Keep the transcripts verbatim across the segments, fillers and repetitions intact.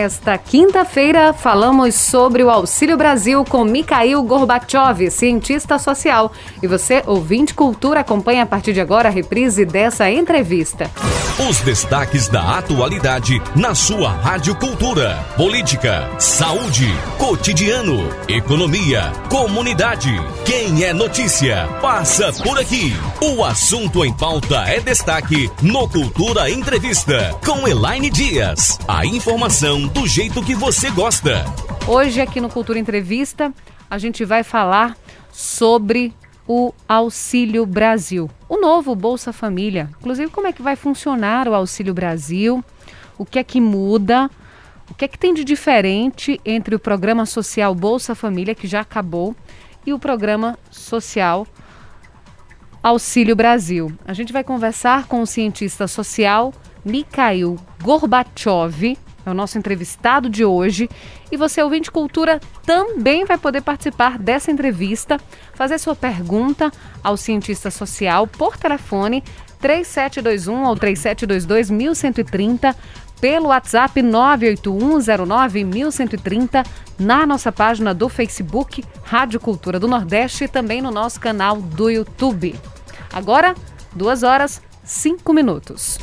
Nesta quinta-feira, falamos sobre o Auxílio Brasil com Mikhail Gorbachev, cientista social. E você, ouvinte Cultura, acompanha a partir de agora a reprise dessa entrevista. Os destaques da atualidade na sua Rádio Cultura. Política, saúde, cotidiano, economia, comunidade. Quem é notícia, passa por aqui. O assunto em pauta é destaque no Cultura Entrevista, com Elaine Dias. A informação do jeito que você gosta. Hoje aqui no Cultura Entrevista, a gente vai falar sobre o Auxílio Brasil, o novo Bolsa Família. Inclusive, como é que vai funcionar o Auxílio Brasil, o que é que muda, o que é que tem de diferente entre o Programa Social Bolsa Família, que já acabou, e o Programa Social Auxílio Brasil. A gente vai conversar com o cientista social Mikhail Gorbachev, é o nosso entrevistado de hoje. E você, ouvinte Cultura, também vai poder participar dessa entrevista, fazer sua pergunta ao cientista social por telefone três sete dois um ou três sete dois dois, um um três zero, pelo WhatsApp nove oito um zero nove, um um três zero, na nossa página do Facebook Rádio Cultura do Nordeste e também no nosso canal do YouTube. Agora, duas horas, cinco minutos.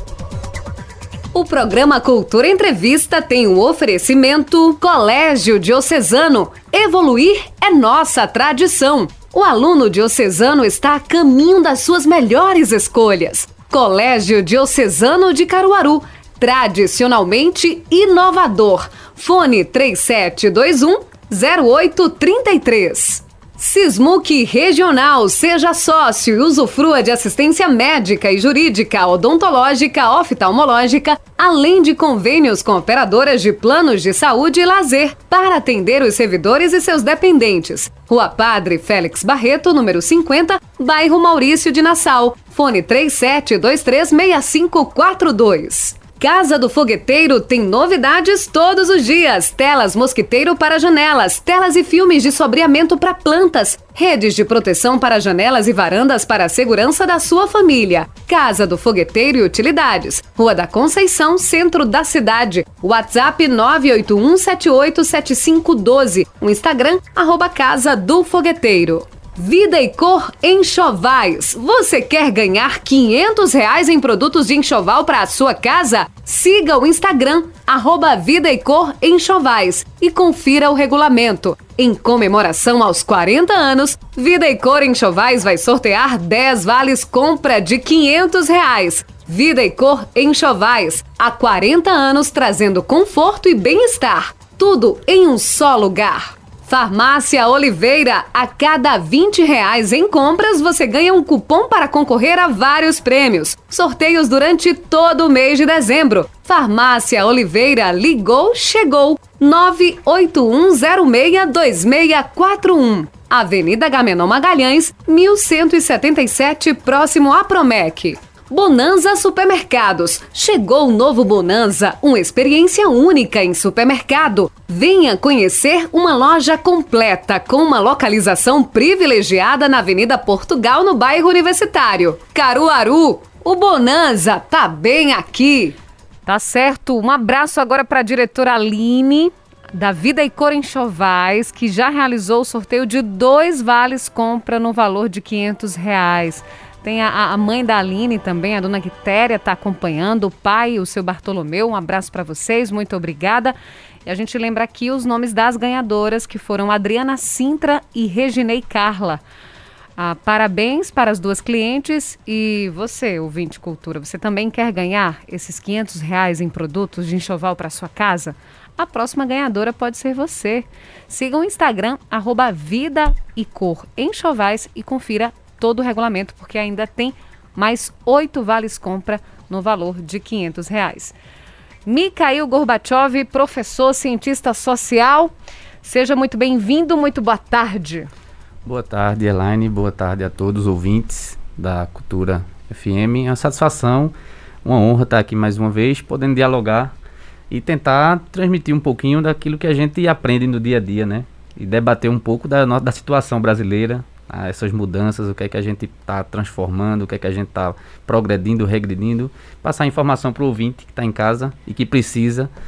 O programa Cultura Entrevista tem um oferecimento Colégio Diocesano. Evoluir é nossa tradição. O aluno diocesano está a caminho das suas melhores escolhas. Colégio Diocesano de Caruaru, tradicionalmente inovador. Fone três sete dois um, zero oito três três. Sismuc Regional, seja sócio e usufrua de assistência médica e jurídica, odontológica, oftalmológica, além de convênios com operadoras de planos de saúde e lazer, para atender os servidores e seus dependentes. Rua Padre Félix Barreto, número cinquenta, bairro Maurício de Nassau. Fone três sete dois três, seis cinco quatro dois. Casa do Fogueteiro tem novidades todos os dias. Telas mosquiteiro para janelas, telas e filmes de sombreamento para plantas, redes de proteção para janelas e varandas para a segurança da sua família. Casa do Fogueteiro e Utilidades, Rua da Conceição, centro da cidade. WhatsApp nove oito um sete oito sete cinco um dois. O Instagram, arroba Casa do Fogueteiro. Vida e Cor Enxovais. Você quer ganhar quinhentos reais em produtos de enxoval para a sua casa? Siga o Instagram, arroba Vida e Cor Enxovais, e confira o regulamento. Em comemoração aos quarenta anos, Vida e Cor Enxovais vai sortear dez vales compra de quinhentos reais. Vida e Cor Enxovais, há quarenta anos trazendo conforto e bem-estar. Tudo em um só lugar. Farmácia Oliveira, a cada vinte reais em compras você ganha um cupom para concorrer a vários prêmios. Sorteios durante todo o mês de dezembro. Farmácia Oliveira, ligou, chegou. nove oito um zero seis dois seis quatro um. Avenida Agamenon Magalhães, mil cento e setenta e sete, próximo à Promec. Bonanza Supermercados. Chegou o novo Bonanza, uma experiência única em supermercado. Venha conhecer uma loja completa com uma localização privilegiada na Avenida Portugal, no bairro Universitário. Caruaru, o Bonanza tá bem aqui. Tá certo. Um abraço agora para a diretora Aline, da Vida e Cor Enxovais, que já realizou o sorteio de dois vales compra no valor de quinhentos reais. Tem a, a mãe da Aline também, a dona Quitéria, está acompanhando, o pai, o seu Bartolomeu. Um abraço para vocês, muito obrigada. E a gente lembra aqui os nomes das ganhadoras, que foram Adriana Sintra e Reginei Carla. Ah, parabéns para as duas clientes. E você, ouvinte Cultura, você também quer ganhar esses quinhentos reais em produtos de enxoval para sua casa? A próxima ganhadora pode ser você. Siga o Instagram, arroba Vida e Cor Enxovais, e confira todo o regulamento, porque ainda tem mais oito vales compra no valor de quinhentos reais. Mikhail Gorbachev, professor, cientista social, seja muito bem-vindo, muito boa tarde. Boa tarde, Elaine, boa tarde a todos os ouvintes da Cultura F M. É uma satisfação, uma honra estar aqui mais uma vez, podendo dialogar e tentar transmitir um pouquinho daquilo que a gente aprende no dia a dia, né? E debater um pouco da, da situação brasileira, a essas mudanças, o que é que a gente está transformando, o que é que a gente está progredindo, regredindo, passar informação para o ouvinte que está em casa e que precisa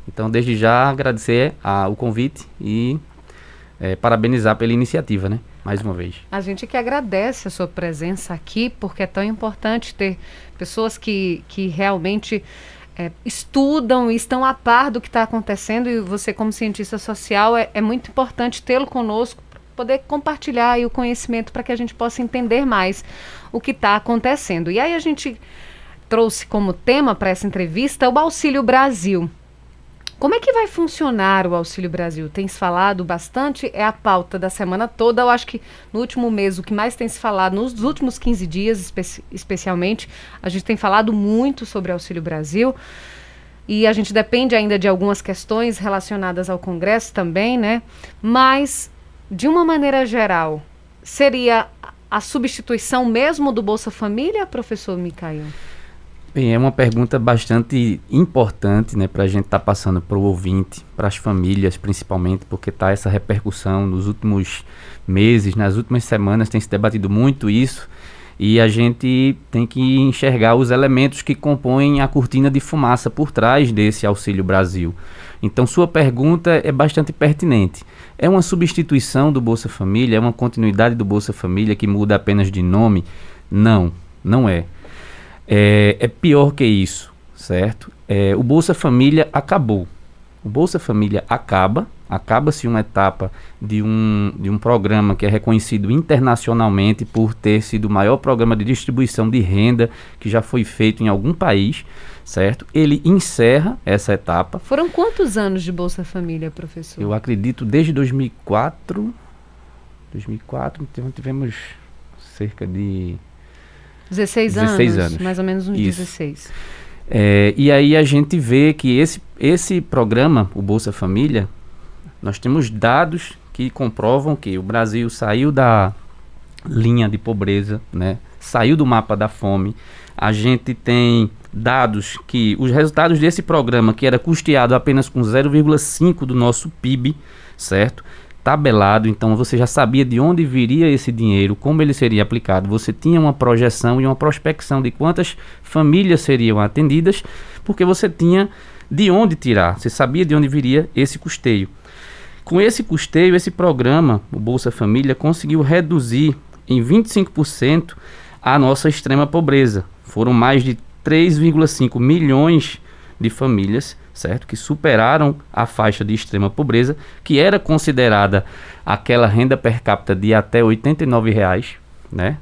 Então, desde já, agradecer a, o convite e é, parabenizar pela iniciativa, né? Mais uma vez. A gente que agradece a sua presença aqui, porque é tão importante ter pessoas que, que realmente é, estudam e estão a par do que está acontecendo, e você, como cientista social, é, é muito importante tê-lo conosco, poder compartilhar aí o conhecimento para que a gente possa entender mais o que está acontecendo. E aí a gente trouxe como tema para essa entrevista o Auxílio Brasil. Como é que vai funcionar o Auxílio Brasil? Tem se falado bastante, é a pauta da semana toda. Eu acho que no último mês, o que mais tem se falado, nos últimos quinze dias espe- especialmente, a gente tem falado muito sobre o Auxílio Brasil. E a gente depende ainda de algumas questões relacionadas ao Congresso também, né? Mas, de uma maneira geral, seria a substituição mesmo do Bolsa Família, professor Micael? Bem, é uma pergunta bastante importante, né, para a gente estar tá passando para o ouvinte, para as famílias principalmente, porque está essa repercussão nos últimos meses, nas últimas semanas tem se debatido muito isso, e a gente tem que enxergar os elementos que compõem a cortina de fumaça por trás desse Auxílio Brasil. Então, sua pergunta é bastante pertinente. É uma substituição do Bolsa Família? É uma continuidade do Bolsa Família que muda apenas de nome? Não, não é. É, é pior que isso, certo? É, o Bolsa Família acabou. O Bolsa Família acaba, acaba-se uma etapa de um, de um programa que é reconhecido internacionalmente por ter sido o maior programa de distribuição de renda que já foi feito em algum país, certo? Ele encerra essa etapa. Foram quantos anos de Bolsa Família, professor? Eu acredito desde dois mil e quatro, dois mil e quatro tivemos cerca de dezesseis, dezesseis anos, anos, mais ou menos uns Isso. dezesseis. É, e aí a gente vê que esse, esse programa, o Bolsa Família, nós temos dados que comprovam que o Brasil saiu da linha de pobreza, né? Saiu do mapa da fome. A gente tem dados que os resultados desse programa, que era custeado apenas com zero vírgula cinco do nosso P I B, certo? Tabelado, então você já sabia de onde viria esse dinheiro, como ele seria aplicado, você tinha uma projeção e uma prospecção de quantas famílias seriam atendidas, porque você tinha de onde tirar, você sabia de onde viria esse custeio. Com esse custeio, esse programa, o Bolsa Família, conseguiu reduzir em vinte e cinco por cento a nossa extrema pobreza. Foram mais de três vírgula cinco milhões de famílias, certo? Que superaram a faixa de extrema pobreza, que era considerada aquela renda per capita de até oitenta e nove reais, né?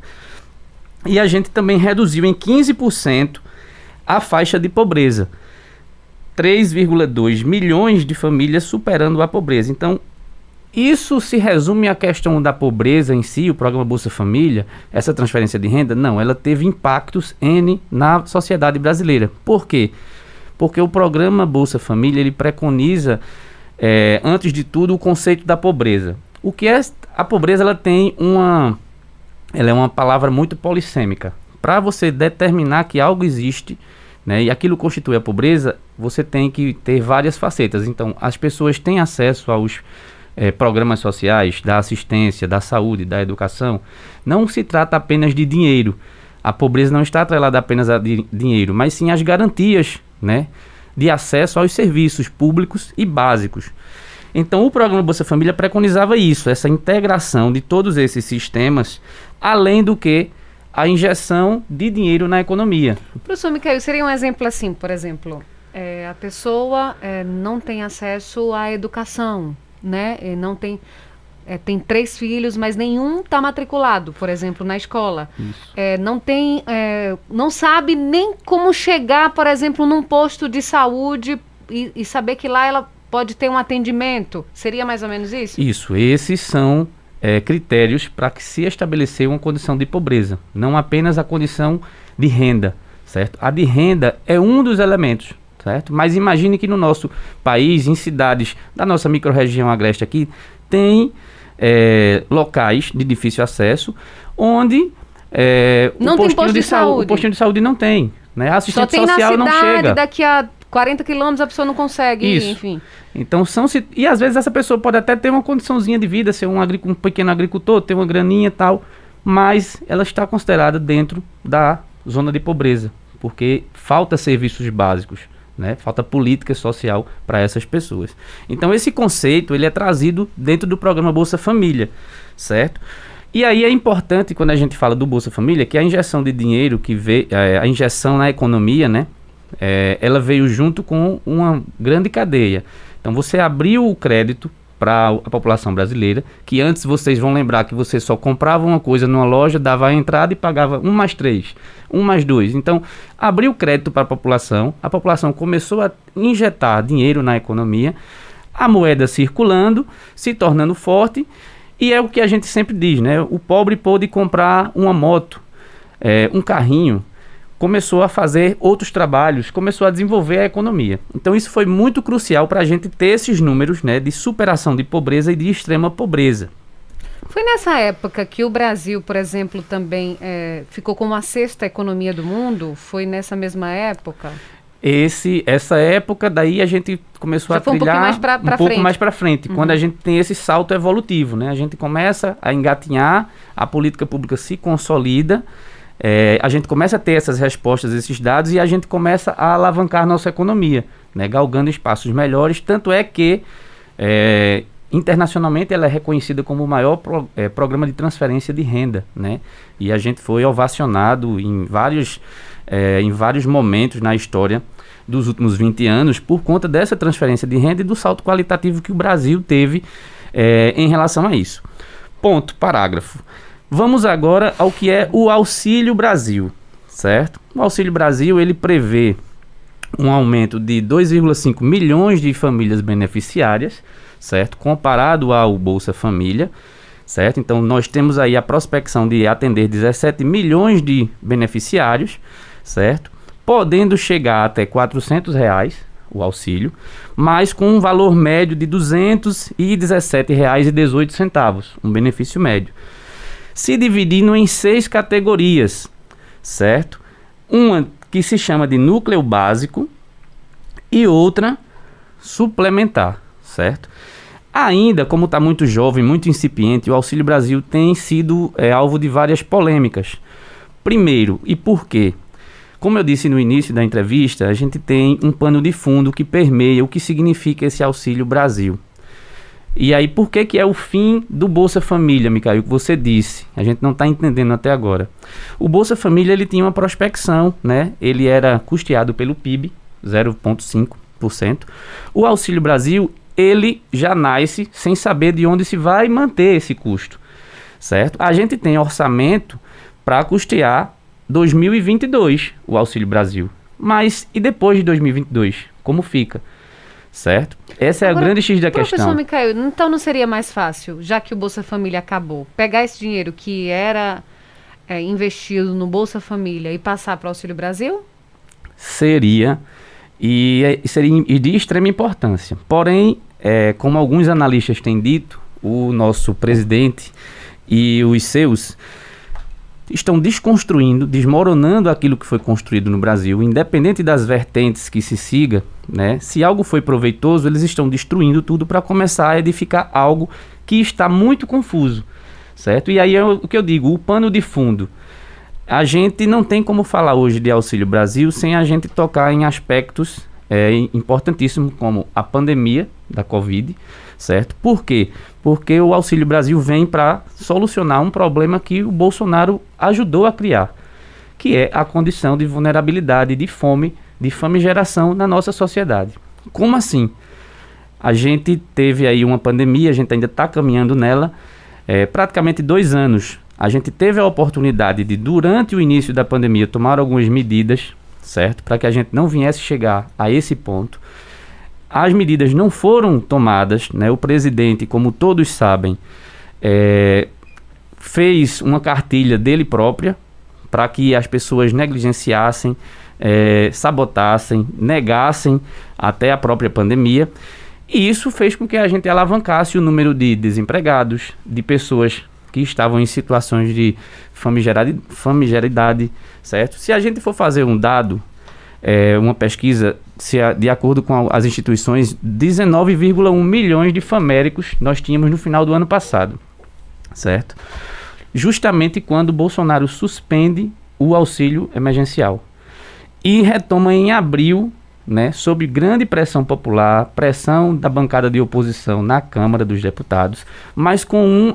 E a gente também reduziu em quinze por cento a faixa de pobreza. três vírgula dois milhões de famílias superando a pobreza. Então, isso se resume à questão da pobreza em si, o programa Bolsa Família, essa transferência de renda? Não, ela teve impactos N na sociedade brasileira. Por quê? Porque o programa Bolsa Família, ele preconiza, é, antes de tudo, o conceito da pobreza. O que é a pobreza? Ela tem uma, ela é uma palavra muito polissêmica. Para você determinar que algo existe, né, e aquilo constitui a pobreza, você tem que ter várias facetas. Então, as pessoas têm acesso aos é, programas sociais, da assistência, da saúde, da educação. Não se trata apenas de dinheiro. A pobreza não está atrelada apenas a di- dinheiro, mas sim às garantias, né, de acesso aos serviços públicos e básicos. Então, o programa Bolsa Família preconizava isso, essa integração de todos esses sistemas, além do que a injeção de dinheiro na economia. Professor Micael, seria um exemplo assim, por exemplo, é, a pessoa é, não tem acesso à educação, né? E não tem... É, tem três filhos, mas nenhum está matriculado, por exemplo, na escola. É, não tem, é, não sabe nem como chegar, por exemplo, num posto de saúde e, e saber que lá ela pode ter um atendimento. Seria mais ou menos isso? Isso, esses são é, critérios para que se estabelecer uma condição de pobreza, não apenas a condição de renda, certo? A de renda é um dos elementos, certo? Mas imagine que no nosso país, em cidades da nossa microrregião agreste aqui, tem é, locais de difícil acesso, onde é, não o, tem postinho posto de de saúde. o postinho de saúde não tem, né? A Só assistente tem social na não cidade, chega. daqui a quarenta quilômetros a pessoa não consegue, Isso. enfim. Então são e às vezes essa pessoa pode até ter uma condiçãozinha de vida, ser um, agric, um pequeno agricultor, ter uma graninha e tal, mas ela está considerada dentro da zona de pobreza, porque falta serviços básicos, né? Falta política social para essas pessoas. Então esse conceito ele é trazido dentro do programa Bolsa Família, certo? E aí é importante quando a gente fala do Bolsa Família que a injeção de dinheiro que veio, é, a injeção na economia, né? É, ela veio junto com uma grande cadeia. Então você abriu o crédito para a população brasileira, que antes vocês vão lembrar que você só comprava uma coisa numa loja, dava a entrada e pagava um mais três, um mais dois. Então, abriu crédito para a população, a população começou a injetar dinheiro na economia, a moeda circulando, se tornando forte, e é o que a gente sempre diz, né? O pobre pôde comprar uma moto, é, um carrinho, começou a fazer outros trabalhos, começou a desenvolver a economia. Então isso foi muito crucial para a gente ter esses números, né, de superação de pobreza e de extrema pobreza. Foi nessa época que o Brasil, por exemplo, também é, ficou como a sexta economia do mundo? Foi nessa mesma época? Esse, essa época, daí a gente começou Já a trilhar um, mais pra, pra um pouco frente. mais para frente, uhum. Quando a gente tem esse salto evolutivo, né? A gente começa a engatinhar, a política pública se consolida, É, a gente começa a ter essas respostas, esses dados, e a gente começa a alavancar nossa economia, né, galgando espaços melhores, tanto é que é, internacionalmente ela é reconhecida como o maior pro, é, programa de transferência de renda, né, e a gente foi ovacionado em vários, é, em vários momentos na história dos últimos vinte anos por conta dessa transferência de renda e do salto qualitativo que o Brasil teve é, em relação a isso. Ponto, parágrafo. Vamos agora ao que é o Auxílio Brasil, certo? O Auxílio Brasil, ele prevê um aumento de dois vírgula cinco milhões de famílias beneficiárias, certo? Comparado ao Bolsa Família, certo? Então, nós temos aí a prospecção de atender dezessete milhões de beneficiários, certo? Podendo chegar até quatrocentos reais o auxílio, mas com um valor médio de duzentos e dezessete reais e dezoito centavos, um benefício médio. Se dividindo em seis categorias, certo? Uma que se chama de núcleo básico e outra suplementar, certo? Ainda, como está muito jovem, muito incipiente, o Auxílio Brasil tem sido é, alvo de várias polêmicas. Primeiro, e por quê? Como eu disse no início da entrevista, a gente tem um pano de fundo que permeia o que significa esse Auxílio Brasil. E aí, por que que é o fim do Bolsa Família, Micael, que você disse? A gente não está entendendo até agora. O Bolsa Família, ele tinha uma prospecção, né? Ele era custeado pelo P I B, zero vírgula cinco por cento. O Auxílio Brasil, ele já nasce sem saber de onde se vai manter esse custo, certo? A gente tem orçamento para custear dois mil e vinte e dois, o Auxílio Brasil. Mas e depois de dois mil e vinte e dois? Como fica? Certo? Essa é Agora, a grande X da professor questão. Professor Micael, então não seria mais fácil, já que o Bolsa Família acabou, pegar esse dinheiro que era é, investido no Bolsa Família e passar para o Auxílio Brasil? Seria, e, e seria de extrema importância. Porém, é, como alguns analistas têm dito, o nosso presidente e os seus estão desconstruindo, desmoronando aquilo que foi construído no Brasil, independente das vertentes que se siga, né? Se algo foi proveitoso, eles estão destruindo tudo para começar a edificar algo que está muito confuso, certo? E aí é o que eu digo, o pano de fundo. A gente não tem como falar hoje de Auxílio Brasil sem a gente tocar em aspectos é, importantíssimos como a pandemia da Covid, certo? Por quê? Porque o Auxílio Brasil vem para solucionar um problema que o Bolsonaro ajudou a criar, que é a condição de vulnerabilidade, de fome, de famigeração na nossa sociedade. Como assim? A gente teve aí uma pandemia, a gente ainda está caminhando nela, é, praticamente dois anos. A gente teve a oportunidade de, durante o início da pandemia, tomar algumas medidas, certo? Para que a gente não viesse chegar a esse ponto. As medidas não foram tomadas, né? O presidente, como todos sabem, é, fez uma cartilha dele própria para que as pessoas negligenciassem, é, sabotassem, negassem até a própria pandemia. E isso fez com que a gente alavancasse o número de desempregados, de pessoas que estavam em situações de famigeradi- famigeridade, certo? Se a gente for fazer um dado, é, uma pesquisa, se a, de acordo com a, as instituições, dezenove vírgula um milhões de faméricos nós tínhamos no final do ano passado, certo? Justamente quando Bolsonaro suspende o auxílio emergencial e retoma em abril né, sob grande pressão popular, pressão da bancada de oposição na Câmara dos Deputados, mas com um,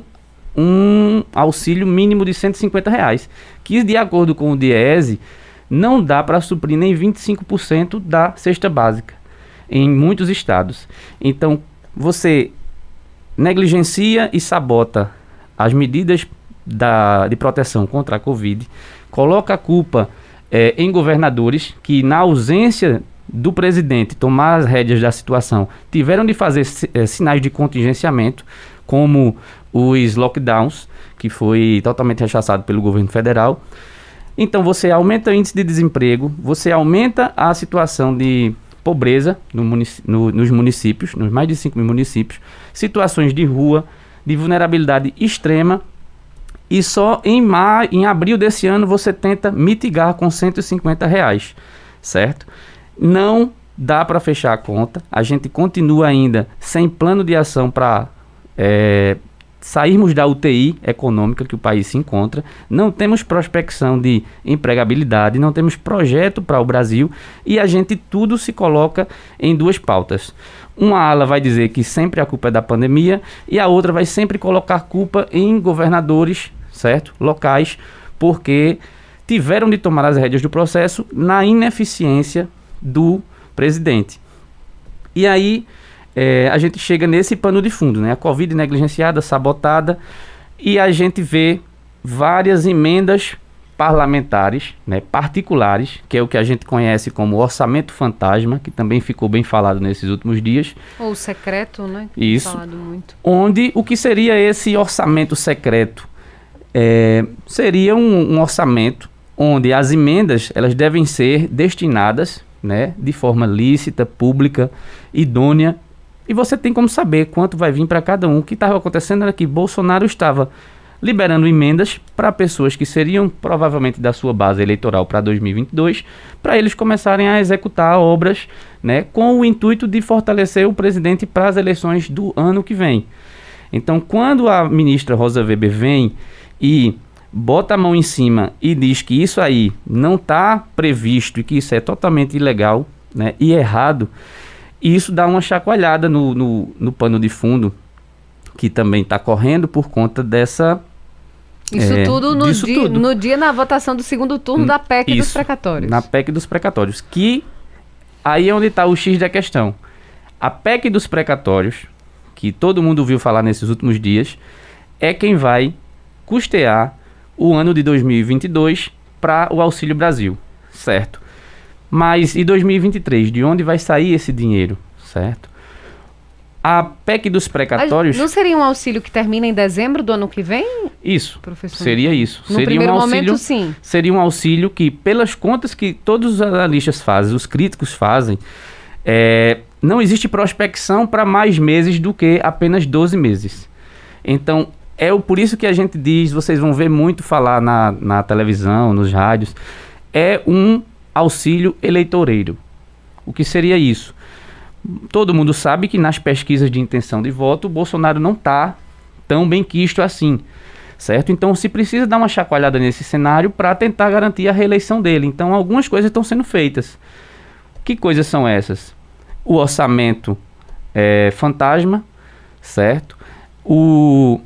um auxílio mínimo de cento e cinquenta reais, que de acordo com o DIEESE, não dá para suprir nem vinte e cinco por cento da cesta básica em muitos estados. Então, você negligencia e sabota as medidas da, de proteção contra a Covid, coloca a culpa é, em governadores que, na ausência do presidente tomar as rédeas da situação, tiveram de fazer é, sinais de contingenciamento, como os lockdowns, que foi totalmente rechaçado pelo governo federal. Então você aumenta o índice de desemprego, você aumenta a situação de pobreza no munic- no, nos municípios, nos mais de cinco mil municípios, situações de rua, de vulnerabilidade extrema, e só em, ma- em abril desse ano você tenta mitigar com cento e cinquenta reais, certo? Não dá para fechar a conta, a gente continua ainda sem plano de ação para é, sairmos da U T I econômica que o país se encontra, não temos prospecção de empregabilidade, não temos projeto para o Brasil, e a gente tudo se coloca em duas pautas. Uma ala vai dizer que sempre a culpa é da pandemia e a outra vai sempre colocar culpa em governadores, certo? Locais, porque tiveram de tomar as rédeas do processo na ineficiência do presidente. E aí é, a gente chega nesse pano de fundo, né? A Covid negligenciada, sabotada, e a gente vê várias emendas parlamentares, né, particulares, que é o que a gente conhece como orçamento fantasma, que também ficou bem falado nesses últimos dias. Ou secreto, né? Isso. Falado muito. Onde o que seria esse orçamento secreto? É, seria um, um orçamento onde as emendas elas devem ser destinadas, né, de forma lícita, pública, idônea, e você tem como saber quanto vai vir para cada um. O que estava acontecendo era que Bolsonaro estava liberando emendas para pessoas que seriam provavelmente da sua base eleitoral para dois mil e vinte e dois, para eles começarem a executar obras, né, com o intuito de fortalecer o presidente para as eleições do ano que vem. Então, quando a ministra Rosa Weber vem e bota a mão em cima e diz que isso aí não está previsto e que isso é totalmente ilegal, né, e errado, isso dá uma chacoalhada no, no, no pano de fundo, que também está correndo por conta dessa... Isso é, tudo, no, disso dia, tudo no dia na votação do segundo turno da P E C isso, dos precatórios. Na P E C dos precatórios, que aí é onde está o X da questão. A P E C dos precatórios, que todo mundo ouviu falar nesses últimos dias, é quem vai custear o ano de dois mil e vinte e dois para o Auxílio Brasil, certo? Mas e dois mil e vinte e três, de onde vai sair esse dinheiro, certo? A P E C dos precatórios... Não seria um auxílio que termina em dezembro do ano que vem? Isso, professor? Seria isso. No seria primeiro um auxílio, momento, sim. Seria um auxílio que, pelas contas que todos os analistas fazem, os críticos fazem, é, não existe prospecção para mais meses do que apenas doze meses. Então, é o, por isso que a gente diz, vocês vão ver muito falar na, na televisão, nos rádios, é um auxílio eleitoreiro. O que seria isso? Todo mundo sabe que nas pesquisas de intenção de voto, o Bolsonaro não está tão bem quisto assim, certo? Então se precisa dar uma chacoalhada nesse cenário para tentar garantir a reeleição dele. Então algumas coisas estão sendo feitas. Que coisas são essas? O orçamento é, fantasma, certo? O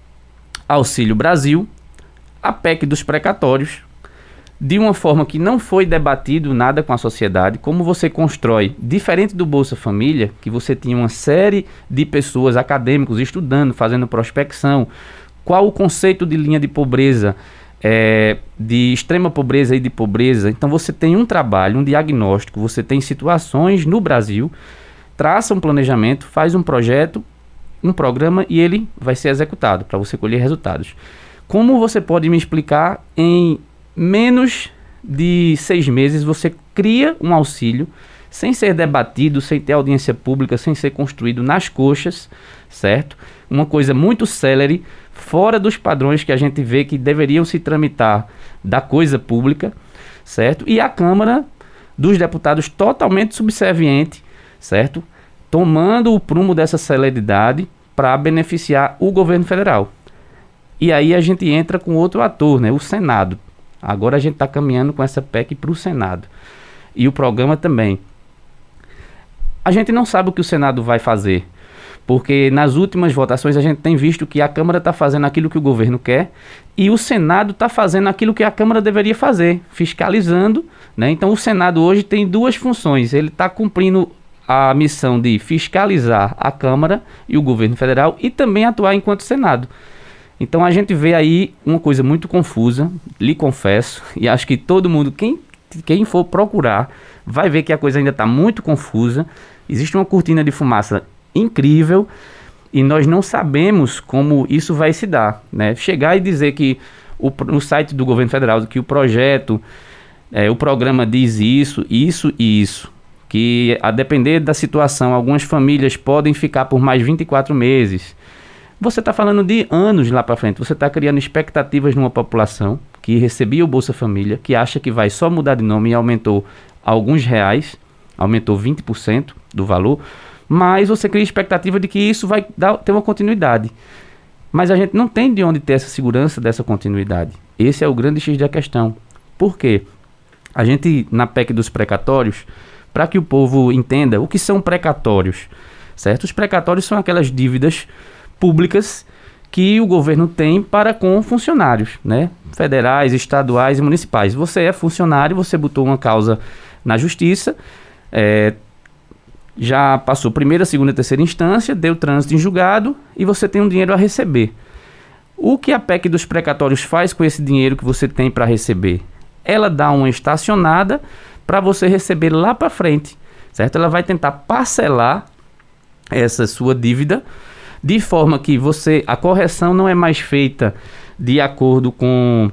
Auxílio Brasil, a P E C dos precatórios, de uma forma que não foi debatido nada com a sociedade, como você constrói, diferente do Bolsa Família, que você tinha uma série de pessoas, acadêmicos, estudando, fazendo prospecção, qual o conceito de linha de pobreza, é, de extrema pobreza e de pobreza. Então você tem um trabalho, um diagnóstico, você tem situações no Brasil, traça um planejamento, faz um projeto, um programa e ele vai ser executado para você colher resultados. Como você pode me explicar em menos de seis meses você cria um auxílio sem ser debatido, sem ter audiência pública, sem ser construído nas coxas, certo? Uma coisa muito célere, fora dos padrões que a gente vê que deveriam se tramitar da coisa pública, certo? E a Câmara dos Deputados totalmente subserviente, certo? Tomando o prumo dessa celeridade para beneficiar o governo federal. E aí a gente entra com outro ator, né? O Senado. Agora a gente está caminhando com essa P E C para o Senado. E o programa também. a gente não sabe o que o Senado vai fazer, porque nas últimas votações a gente tem visto que a Câmara está fazendo aquilo que o governo quer e o Senado está fazendo aquilo que a Câmara deveria fazer, fiscalizando, né? Então o Senado hoje tem duas funções, ele está cumprindo a missão de fiscalizar a Câmara e o governo federal e também atuar enquanto Senado. Então a gente vê aí uma coisa muito confusa, lhe confesso, e acho que todo mundo, quem, quem for procurar, vai ver que a coisa ainda está muito confusa, existe uma cortina de fumaça incrível e nós não sabemos como isso vai se dar, né? Chegar e dizer que o, no site do governo federal que o projeto, é, o programa diz isso, isso e isso, que a depender da situação algumas famílias podem ficar por mais vinte e quatro meses. Você está falando de anos lá para frente, você está criando expectativas numa população que recebia o Bolsa Família, que acha que vai só mudar de nome e aumentou alguns reais, aumentou vinte por cento do valor, mas você cria a expectativa de que isso vai dar, ter uma continuidade. Mas a gente não tem de onde ter essa segurança dessa continuidade. Esse é o grande X da questão. Por quê? A gente, na P E C dos precatórios, para que o povo entenda o que são precatórios, certo? Os precatórios são aquelas dívidas públicas que o governo tem para com funcionários, né? Federais, estaduais e municipais. Você é funcionário, você botou uma causa na justiça, é, já passou primeira, segunda e terceira instância, deu trânsito em julgado e você tem um dinheiro a receber. O que a P E C dos precatórios faz com esse dinheiro que você tem para receber? Ela dá uma estacionada para você receber lá para frente, certo? Ela vai tentar parcelar essa sua dívida de forma que você, a correção não é mais feita de acordo com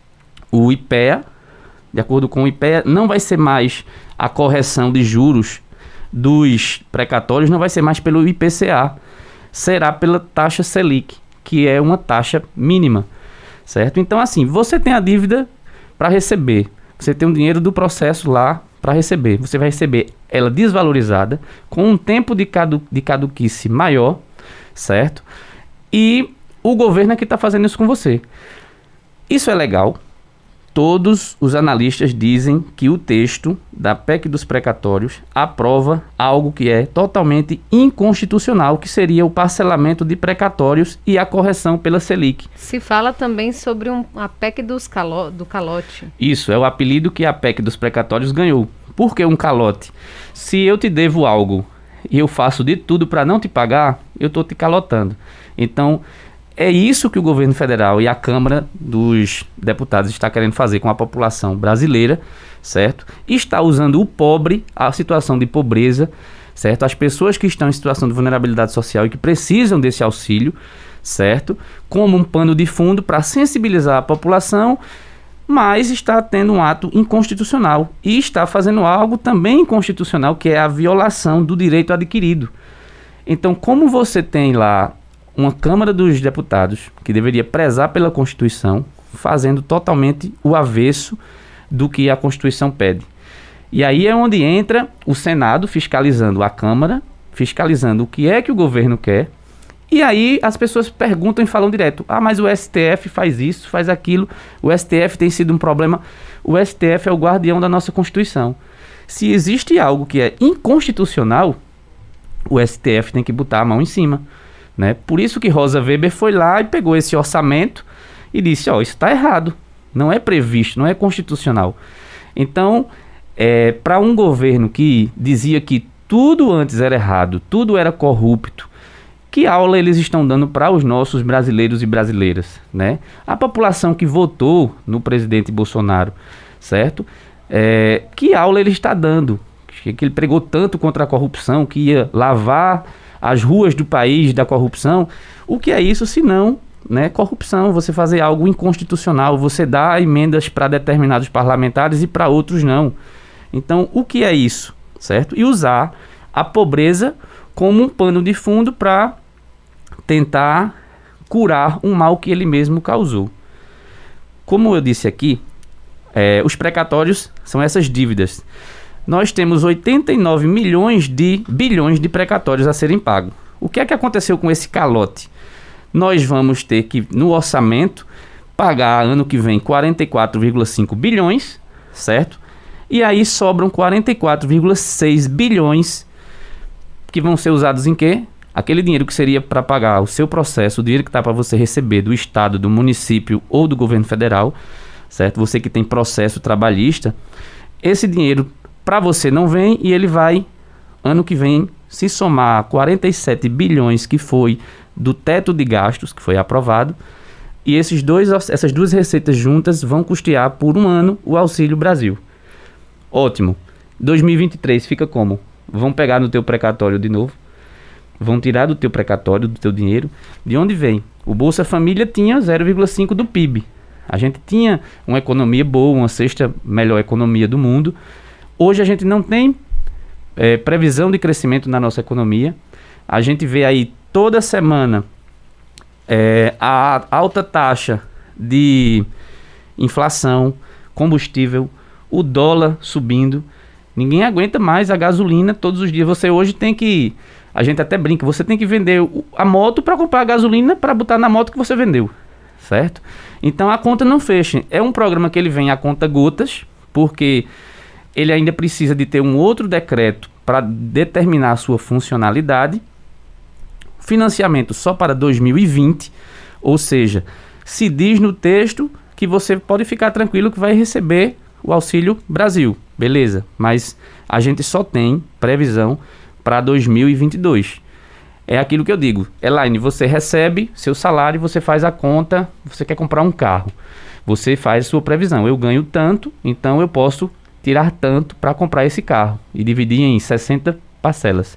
o I P E A, de acordo com o I P E A, não vai ser mais a correção de juros dos precatórios, não vai ser mais pelo I P C A, será pela taxa Selic, que é uma taxa mínima, certo? Então assim, você tem a dívida para receber, você tem um dinheiro do processo lá para receber, você vai receber ela desvalorizada, com um tempo de, cadu de caduquice maior, certo? E o governo é que está fazendo isso com você. Isso é legal. Todos os analistas dizem que o texto da P E C dos precatórios aprova algo que é totalmente inconstitucional, que seria o parcelamento de precatórios e a correção pela Selic. Se fala também sobre um, a P E C dos calo, do calote. Isso, é o apelido que a P E C dos precatórios ganhou. Por que um calote? Se eu te devo algo e eu faço de tudo para não te pagar, eu estou te calotando. Então, é isso que o governo federal e a Câmara dos Deputados está querendo fazer com a população brasileira, certo? E está usando o pobre, a situação de pobreza, certo? As pessoas que estão em situação de vulnerabilidade social e que precisam desse auxílio, certo? Como um pano de fundo para sensibilizar a população, mas está tendo um ato inconstitucional e está fazendo algo também inconstitucional, que é a violação do direito adquirido. Então, como você tem lá uma Câmara dos Deputados que deveria prezar pela Constituição, fazendo totalmente o avesso do que a Constituição pede. E aí é onde entra o Senado fiscalizando a Câmara, fiscalizando o que é que o governo quer, e aí as pessoas perguntam e falam direto, ah, mas o S T F faz isso, faz aquilo, o S T F tem sido um problema. O S T F é o guardião da nossa Constituição. Se existe algo que é inconstitucional, o S T F tem que botar a mão em cima. Né? Por isso que Rosa Weber foi lá e pegou esse orçamento e disse, ó, isso está errado, não é previsto, não é constitucional. Então, é, para um governo que dizia que tudo antes era errado, tudo era corrupto, que aula eles estão dando para os nossos brasileiros e brasileiras, né? A população que votou no presidente Bolsonaro, certo? É, que aula ele está dando? Que ele pregou tanto contra a corrupção, que ia lavar as ruas do país da corrupção. O que é isso se não, né, corrupção? Você fazer algo inconstitucional, você dá emendas para determinados parlamentares e para outros não. Então, o que é isso, certo? E usar a pobreza como um pano de fundo para tentar curar um mal que ele mesmo causou. Como eu disse aqui, é, os precatórios são essas dívidas. Nós temos oitenta e nove milhões de bilhões de precatórios a serem pagos. O que é que aconteceu com esse calote? Nós vamos ter que, no orçamento, pagar ano que vem quarenta e quatro vírgula cinco bilhões, certo? E aí sobram quarenta e quatro vírgula seis bilhões que vão ser usados em quê? Aquele dinheiro que seria para pagar o seu processo, o dinheiro que está para você receber do Estado, do município ou do governo federal, certo? Você que tem processo trabalhista, esse dinheiro para você não vem e ele vai, ano que vem, se somar a quarenta e sete bilhões que foi do teto de gastos, que foi aprovado, e esses dois, essas duas receitas juntas vão custear por um ano o Auxílio Brasil. Ótimo. dois mil e vinte e três fica como? Vão pegar no teu precatório de novo, vão tirar do teu precatório, do teu dinheiro. De onde vem? O Bolsa Família tinha zero vírgula cinco do P I B. A gente tinha uma economia boa, uma sexta melhor economia do mundo. Hoje a gente não tem é, previsão de crescimento na nossa economia. A gente vê aí toda semana é, a alta taxa de inflação, combustível, o dólar subindo. Ninguém aguenta mais a gasolina todos os dias. Você hoje tem que... A gente até brinca, você tem que vender a moto para comprar a gasolina para botar na moto que você vendeu, certo? Então a conta não fecha. É um programa que ele vem a conta gotas, porque ele ainda precisa de ter um outro decreto para determinar a sua funcionalidade. Financiamento só para dois mil e vinte, ou seja, se diz no texto que você pode ficar tranquilo que vai receber o Auxílio Brasil, beleza, mas a gente só tem previsão para dois mil e vinte e dois. É aquilo que eu digo, Elaine, você recebe seu salário, você faz a conta, você quer comprar um carro, você faz a sua previsão, eu ganho tanto, então eu posso tirar tanto para comprar esse carro e dividir em sessenta parcelas.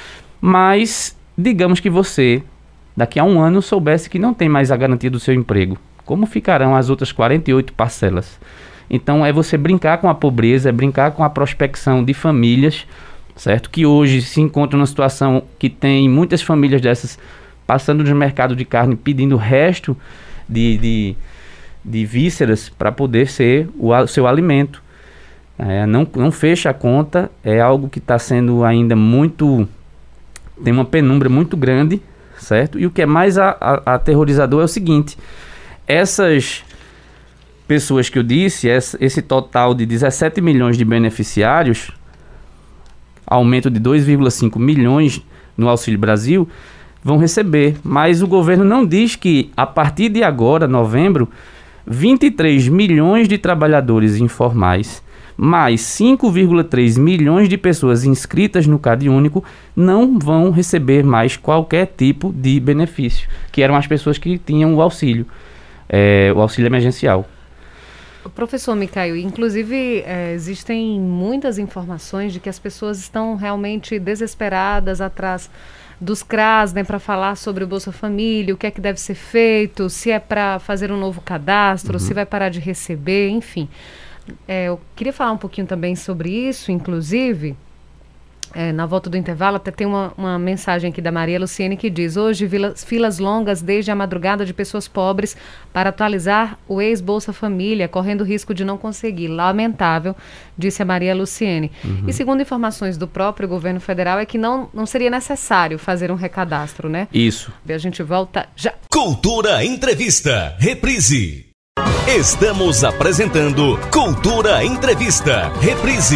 Mas digamos que você, daqui a um ano, soubesse que não tem mais a garantia do seu emprego. Como ficarão as outras quarenta e oito parcelas? Então é você brincar com a pobreza, é brincar com a prospecção de famílias, certo? Que hoje se encontra numa situação que tem muitas famílias dessas passando no mercado de carne pedindo o resto de, de, de vísceras para poder ser o, o seu alimento. É, não, não fecha a conta, é algo que está sendo ainda muito... tem uma penumbra muito grande, certo? E o que é mais a, a, aterrorizador é o seguinte, essas pessoas que eu disse, essa, esse total de dezessete milhões de beneficiários, aumento de dois vírgula cinco milhões no Auxílio Brasil, vão receber, mas o governo não diz que a partir de agora, novembro, vinte e três milhões de trabalhadores informais, mais cinco vírgula três milhões de pessoas inscritas no CadÚnico não vão receber mais qualquer tipo de benefício, que eram as pessoas que tinham o auxílio, é, o auxílio emergencial. Professor Micael, inclusive é, existem muitas informações de que as pessoas estão realmente desesperadas atrás dos C R A S, né, para falar sobre o Bolsa Família, o que é que deve ser feito, se é para fazer um novo cadastro, uhum. se vai parar de receber, enfim. É, eu queria falar um pouquinho também sobre isso, inclusive, é, na volta do intervalo, até tem uma, uma mensagem aqui da Maria Luciene que diz: hoje filas, filas longas desde a madrugada de pessoas pobres para atualizar o ex-Bolsa Família, correndo risco de não conseguir. Lamentável, disse a Maria Luciene. Uhum. E segundo informações do próprio governo federal, é que não, não seria necessário fazer um recadastro, né? Isso. A gente volta já. Cultura Entrevista, reprise. Estamos apresentando Cultura Entrevista, reprise.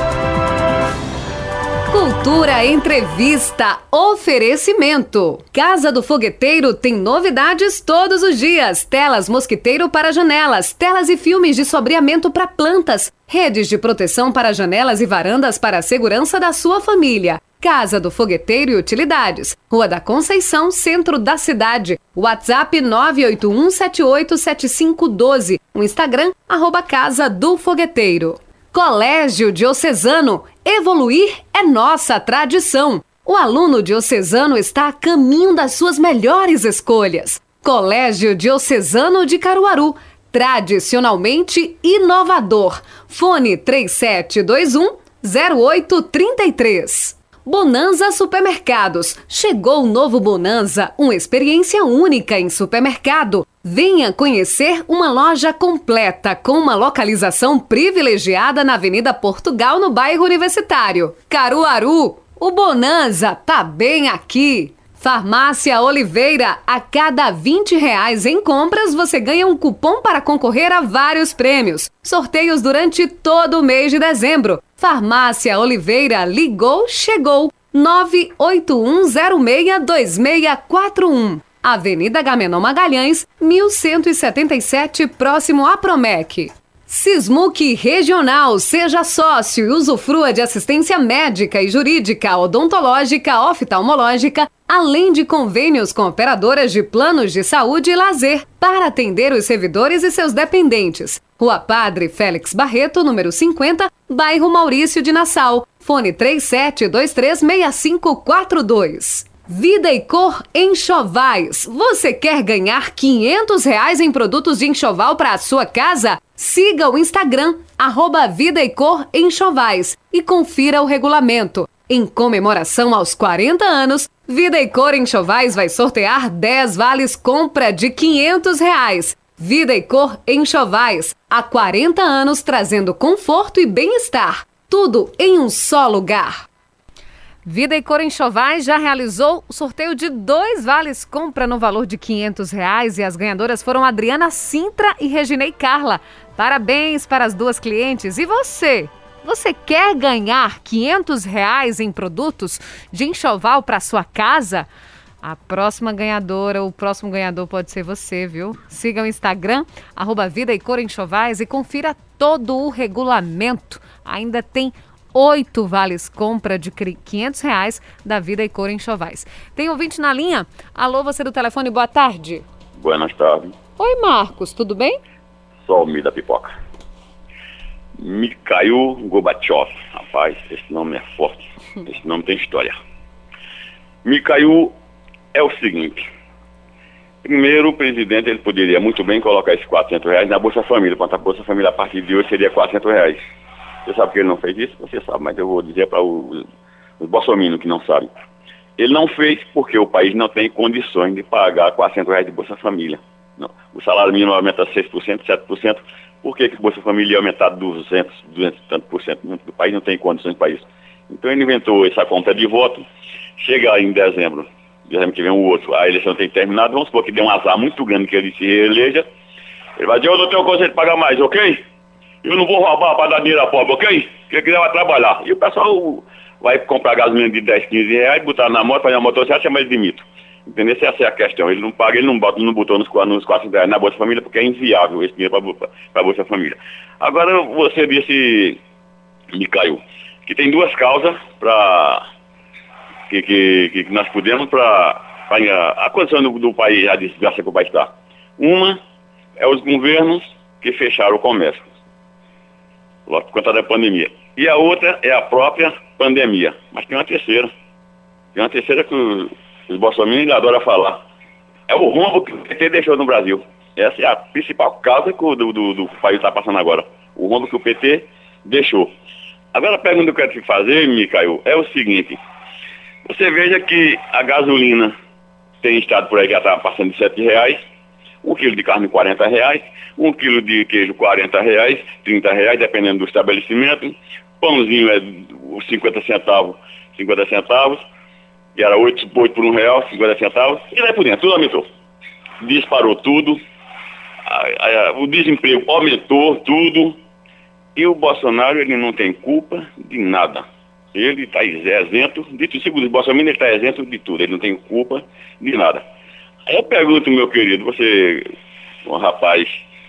Cultura Entrevista, oferecimento. Casa do Fogueteiro tem novidades todos os dias. Telas mosquiteiro para janelas, telas e filmes de sombreamento para plantas, redes de proteção para janelas e varandas para a segurança da sua família. Casa do Fogueteiro e Utilidades, Rua da Conceição, centro da cidade. WhatsApp nove oito um sete oito sete cinco um dois. O Instagram, arroba Casa do Fogueteiro. Colégio Diocesano, evoluir é nossa tradição. O aluno diocesano está a caminho das suas melhores escolhas. Colégio Diocesano de Caruaru, tradicionalmente inovador. Fone três sete dois um zero oito três três. Bonanza Supermercados. Chegou o novo Bonanza, uma experiência única em supermercado. Venha conhecer uma loja completa com uma localização privilegiada na Avenida Portugal, no bairro Universitário. Caruaru, o Bonanza tá bem aqui. Farmácia Oliveira, a cada vinte reais em compras você ganha um cupom para concorrer a vários prêmios. Sorteios durante todo o mês de dezembro. Farmácia Oliveira, ligou, chegou. nove oito um zero seis dois seis quatro um. Avenida Agamenon Magalhães, mil cento e setenta e sete, próximo à Promec. Sismuc Regional, seja sócio e usufrua de assistência médica e jurídica, odontológica, oftalmológica, além de convênios com operadoras de planos de saúde e lazer, para atender os servidores e seus dependentes. Rua Padre Félix Barreto, número cinquenta, bairro Maurício de Nassau. Fone três sete dois três seis cinco quatro dois. Vida e Cor Enxovais. Você quer ganhar quinhentos reais em produtos de enxoval para a sua casa? Siga o Instagram, arroba Vida e Cor Enxovais, e confira o regulamento. Em comemoração aos quarenta anos, Vida e Cor Enxovais vai sortear dez vales compra de quinhentos reais. Vida e Cor Enxovais, há quarenta anos trazendo conforto e bem-estar. Tudo em um só lugar. Vida e Cor Enxovais já realizou o sorteio de dois vales compra no valor de quinhentos reais e as ganhadoras foram Adriana Sintra e Reginei Carla. Parabéns para as duas clientes. E você? Você quer ganhar quinhentos reais em produtos de enxoval para sua casa? A próxima ganhadora, o próximo ganhador pode ser você, viu? Siga o Instagram, arroba Vida e Cor Enxovais, e confira todo o regulamento. Ainda tem oito vales compra de quinhentos reais da Vida e Cor Enxovais. Tem ouvinte na linha? Alô, você do telefone, boa tarde. Buenas tardes. Oi, Marcos, tudo bem? Só o Mi da pipoca. Mikhail Gorbachev. Rapaz, esse nome é forte. Esse nome tem história. Mikhail é o seguinte. Primeiro, o presidente ele poderia muito bem colocar esses quatrocentos reais na Bolsa Família. Quanto a Bolsa Família a partir de hoje seria quatrocentos reais. Você sabe que ele não fez isso? Você sabe, mas eu vou dizer para os, os bolsominions que não sabem. Ele não fez porque o país não tem condições de pagar quatrocentos reais de Bolsa Família. Não. O salário mínimo aumenta seis por cento, sete por cento. Por que que o Bolsa Família ia aumentar duzentos, duzentos e tanto por cento? O país não tem condições para isso. Então ele inventou essa compra de voto. Chega em dezembro, dezembro que vem o outro, a eleição tem terminado. Vamos supor que dê um azar muito grande que ele se reeleja. Ele vai dizer, eu não tenho condição de pagar mais, ok? Eu não vou roubar para dar dinheiro a pobre, ok? Quem quiser vai trabalhar. E o pessoal vai comprar gasolina de dez, quinze reais, botar na moto, fazer uma motocicleta e chamar ele de mito. Entendeu? Essa é a questão. Ele não paga, ele não, bota, não botou nos, nos quatrocentos reais na Bolsa Família porque é inviável esse dinheiro para a Bolsa Família. Agora você disse, Mikhail, que tem duas causas para que, que, que nós podemos para a condição do, do país, a desgraça que o país está. Uma é os governos que fecharam o comércio por conta da pandemia. E a outra é a própria pandemia. Mas tem uma terceira. Tem uma terceira que os, os bolsominions adoram falar. É o rombo que o P T deixou no Brasil. Essa é a principal causa que o do, do, do país está passando agora. O rombo que o P T deixou. Agora a pergunta que eu quero te fazer, Mikhail, é o seguinte. Você veja que a gasolina tem estado por aí que já está passando de sete reais. Um quilo de carne quarenta reais, um quilo de queijo quarenta reais, trinta reais, dependendo do estabelecimento. Pãozinho é cinquenta centavos, cinquenta centavos, que era oito, oito por um real, cinquenta centavos, e daí por dentro, tudo aumentou. Disparou tudo, a, a, o desemprego aumentou tudo, e o Bolsonaro ele não tem culpa de nada. Ele está isento, de tudo, segundo o Bolsonaro, ele está isento de tudo, ele não tem culpa de nada. Aí eu pergunto, meu querido, você, um rapaz,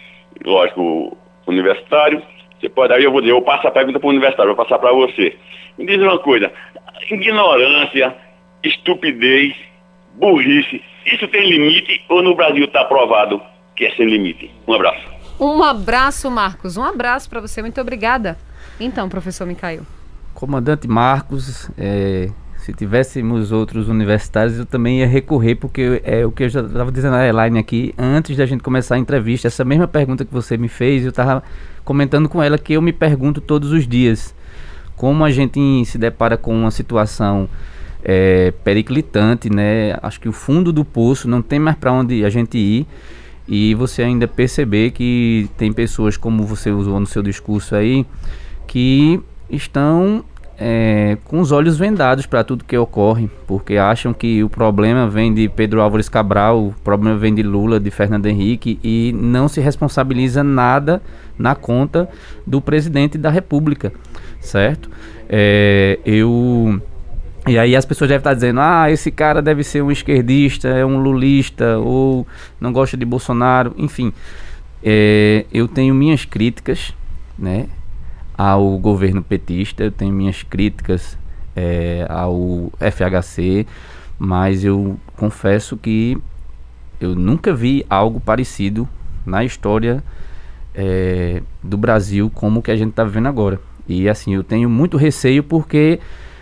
lógico, universitário, você pode, aí eu vou dizer, eu passo a pergunta para o universitário, vou passar para você. Me diz uma coisa, ignorância, estupidez, burrice, isso tem limite ou no Brasil está provado que é sem limite? Um abraço. Um abraço, Marcos, um abraço para você, muito obrigada. Então, professor Mikhail. Comandante Marcos, é... se tivéssemos outros universitários, eu também ia recorrer, porque é o que eu já estava dizendo a Elaine aqui, antes da gente começar a entrevista, essa mesma pergunta que você me fez, eu estava comentando com ela que eu me pergunto todos os dias, como a gente se depara com uma situação é, periclitante, né? Acho que o fundo do poço não tem mais para onde a gente ir, e você ainda perceber que tem pessoas, como você usou no seu discurso aí, que estão É, com os olhos vendados para tudo que ocorre, porque acham que o problema vem de Pedro Álvares Cabral, o problema vem de Lula, de Fernando Henrique, e não se responsabiliza nada na conta do presidente da República, certo? É, eu E aí as pessoas devem estar dizendo, ah, esse cara deve ser um esquerdista, é um lulista, ou não gosta de Bolsonaro, enfim. É, eu tenho minhas críticas, né, ao governo petista, eu tenho minhas críticas é, ao F H C, mas eu confesso que eu nunca vi algo parecido na história é, do Brasil como o que a gente está vivendo agora. E assim, eu tenho muito receio porque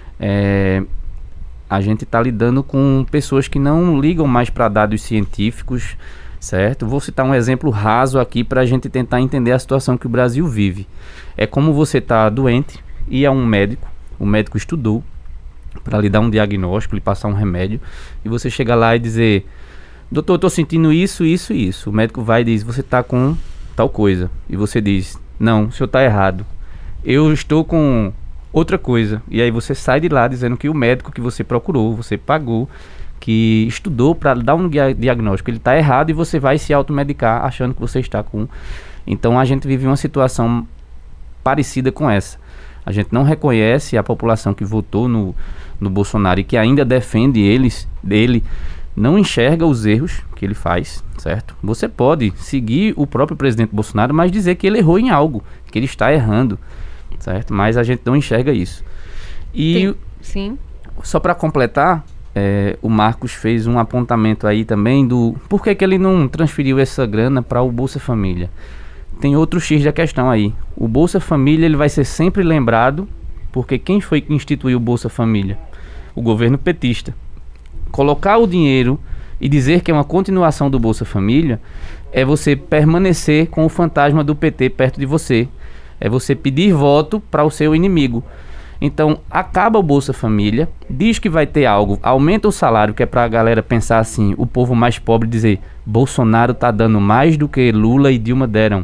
é, a gente está lidando com pessoas que não ligam mais para dados científicos, certo? Vou citar um exemplo raso aqui para a gente tentar entender a situação que o Brasil vive. É como você está doente e é um médico, o médico estudou para lhe dar um diagnóstico, lhe passar um remédio, e você chega lá e dizer, doutor, eu estou sentindo isso, isso e isso. O médico vai e diz, você está com tal coisa. E você diz, não, o senhor está errado. Eu estou com outra coisa. E aí você sai de lá dizendo que o médico que você procurou, você pagou, que estudou para dar um dia- diagnóstico, ele está errado, e você vai se automedicar achando que você está com... Então a gente vive uma situação parecida com essa. A gente não reconhece a população que votou no, no Bolsonaro e que ainda defende eles, dele, não enxerga os erros que ele faz, certo? Você pode seguir o próprio presidente Bolsonaro, mas dizer que ele errou em algo, que ele está errando, certo? Mas a gente não enxerga isso. E Tem, sim. só para completar, é, o Marcos fez um apontamento aí também do por que que ele não transferiu essa grana para o Bolsa Família. Tem outro X da questão aí. O Bolsa Família ele vai ser sempre lembrado porque quem foi que instituiu o Bolsa Família? O governo petista. Colocar o dinheiro e dizer que é uma continuação do Bolsa Família é você permanecer com o fantasma do P T perto de você. É você pedir voto para o seu inimigo. Então, acaba o Bolsa Família, diz que vai ter algo, aumenta o salário, que é para a galera pensar assim, o povo mais pobre dizer, Bolsonaro tá dando mais do que Lula e Dilma deram.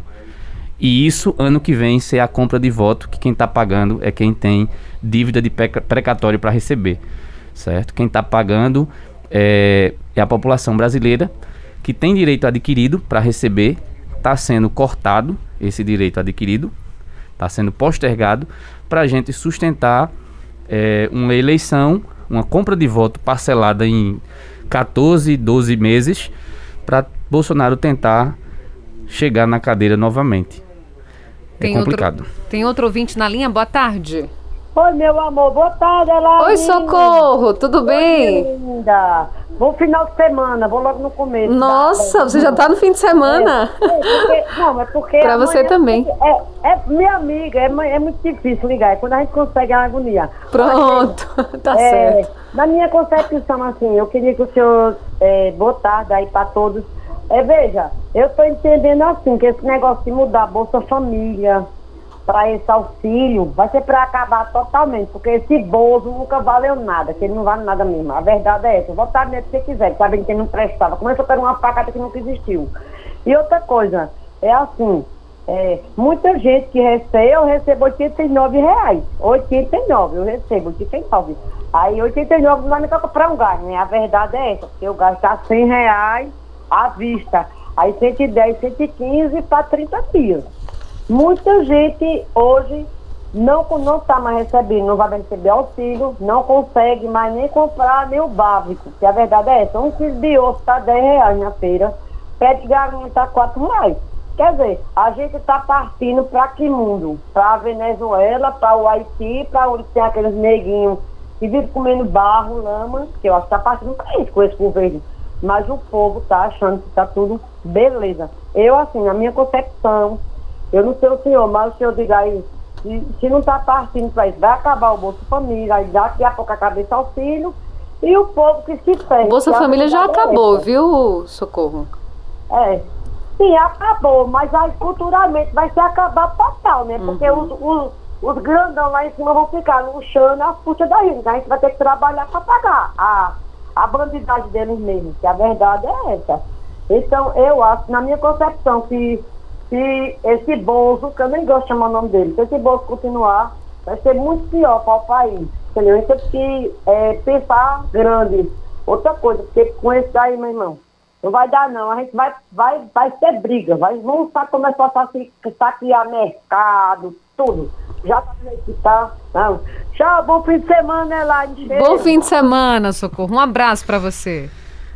E isso, ano que vem, ser a compra de voto, que quem está pagando é quem tem dívida de precatório para receber, certo? Quem está pagando é, é a população brasileira, que tem direito adquirido para receber, está sendo cortado esse direito adquirido, está sendo postergado para a gente sustentar é, uma eleição, uma compra de voto parcelada em catorze, doze meses, para Bolsonaro tentar chegar na cadeira novamente. É Tem complicado. Outro, tem outro ouvinte na linha? Boa tarde. Oi, meu amor, boa tarde, Elaine. Oi, Socorro, tudo bem? Oi, linda. Bom final de semana, vou logo no começo. Nossa, tá? você já tá no fim de semana. É, é porque, não, é porque... Pra você também. É, é minha amiga, é, é muito difícil ligar, é quando a gente consegue a agonia. Pronto, tá é, certo. Na minha concepção, assim, eu queria que o senhor, é, boa tarde aí pra todos. É, veja, eu tô entendendo assim, que esse negócio de mudar a Bolsa Família para esse auxílio vai ser para acabar totalmente, porque esse Bozo nunca valeu nada, que ele não vale nada mesmo. A verdade é essa. Votar nele se quiser, sabem que ele não prestava. Começou a pegar uma facada que nunca existiu. E outra coisa, é assim, é, muita gente que recebe, eu recebo oitenta e nove reais. oitenta e nove, eu recebo oitenta e nove. Aí oitenta e nove não vai me comprar um gás, né? A verdade é essa, porque o gás está cem reais à vista. Aí cento e dez, cento e quinze para trinta dias. Muita gente hoje não não está mais recebendo, não vai receber auxílio, não consegue mais nem comprar nem o básico, que a verdade é essa. Um quilo de osso está dez reais na feira, pé de galinha está quatro reais. Quer dizer, a gente está partindo para que mundo? Para a Venezuela, para o Haiti, para onde tem aqueles neguinhos que vivem comendo barro, lama, que eu acho que está partindo para isso com esse governo. Mas o povo está achando que está tudo beleza. Eu, assim, na minha concepção, eu não sei o senhor, mas o senhor diga aí, se, se não está partindo para isso, vai acabar o Bolsa Família, aí daqui a pouco acaba esse auxílio, e o povo que se ferra. Bolsa Família já acabou, viu, Socorro? É, sim, acabou, mas aí futuramente vai ser acabar total, né? Porque Uhum. os, os, os grandão lá em cima vão ficar luxando as puxas da gente, a gente vai ter que trabalhar para pagar a, a bandidagem deles mesmo, que a verdade é essa. Então, eu acho, na minha concepção, que se esse Bozo, que eu nem gosto de chamar o nome dele, se esse Bozo continuar, vai ser muito pior para o país, entendeu? A gente tem que é, pensar grande. Outra coisa, porque com esse daí, meu irmão, não vai dar não, a gente vai, vai, vai ter briga, vai, vamos começar a saquear mercado, tudo. Já tá do jeito que tá. Não. Tchau, bom fim de semana, Elaine. Bom fim de semana, Socorro. Um abraço pra você.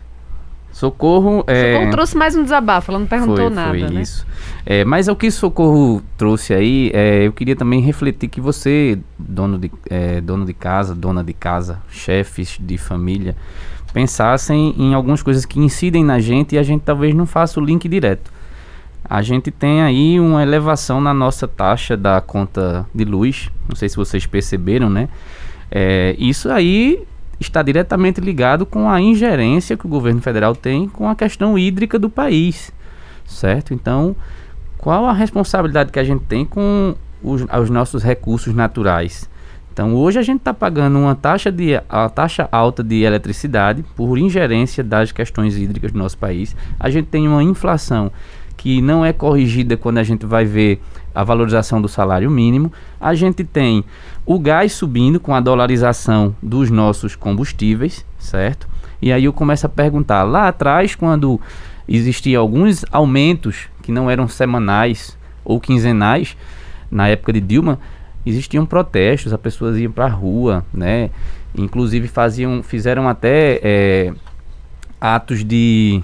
Socorro... É... Socorro trouxe mais um desabafo, ela não perguntou foi, nada, foi né? Isso. É, mas o que Socorro trouxe aí, é, eu queria também refletir que você, dono de, é, dono de casa, dona de casa, chefes de família, pensassem em algumas coisas que incidem na gente e a gente talvez não faça o link direto. A gente tem aí uma elevação na nossa taxa da conta de luz, não sei se vocês perceberam, né? É, isso aí está diretamente ligado com a ingerência que o governo federal tem com a questão hídrica do país, certo? Então, qual a responsabilidade que a gente tem com os, os nossos recursos naturais? Então, hoje a gente está pagando uma taxa, de, a taxa alta de eletricidade por ingerência das questões hídricas do nosso país. A gente tem uma inflação que não é corrigida quando a gente vai ver a valorização do salário mínimo. A gente tem o gás subindo com a dolarização dos nossos combustíveis, certo? E aí eu começo a perguntar, lá atrás, quando existiam alguns aumentos que não eram semanais ou quinzenais, na época de Dilma, existiam protestos, as pessoas iam para a rua, né? Inclusive faziam, fizeram até é, atos de...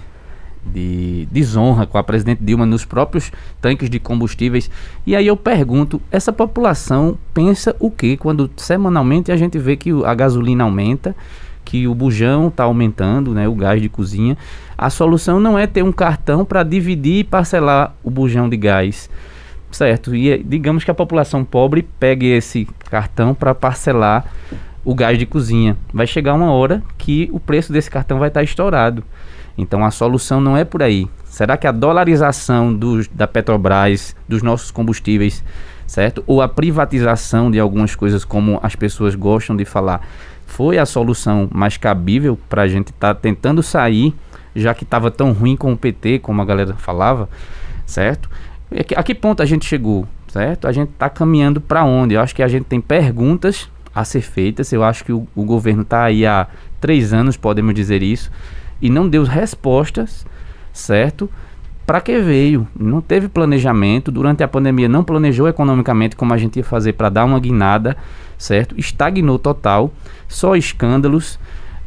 de desonra com a presidente Dilma nos próprios tanques de combustíveis. E aí eu pergunto, essa população pensa o quê quando semanalmente a gente vê que a gasolina aumenta, que o bujão está aumentando, né, o gás de cozinha? A solução não é ter um cartão para dividir e parcelar o bujão de gás, certo? E digamos que a população pobre pegue esse cartão para parcelar o gás de cozinha. Vai chegar uma hora que o preço desse cartão vai estar estourado. Então a solução não é por aí. Será que a dolarização dos, da Petrobras, dos nossos combustíveis, certo? Ou a privatização de algumas coisas, como as pessoas gostam de falar, foi a solução mais cabível para a gente estar tá tentando sair, já que estava tão ruim com o P T, como a galera falava, certo? A que ponto a gente chegou, certo? A gente está caminhando para onde? Eu acho que a gente tem perguntas a ser feitas. Eu acho que o, o governo está aí há três anos, podemos dizer isso, e não deu respostas, certo? Para que veio? Não teve planejamento, durante a pandemia não planejou economicamente como a gente ia fazer para dar uma guinada, certo? Estagnou total, só escândalos,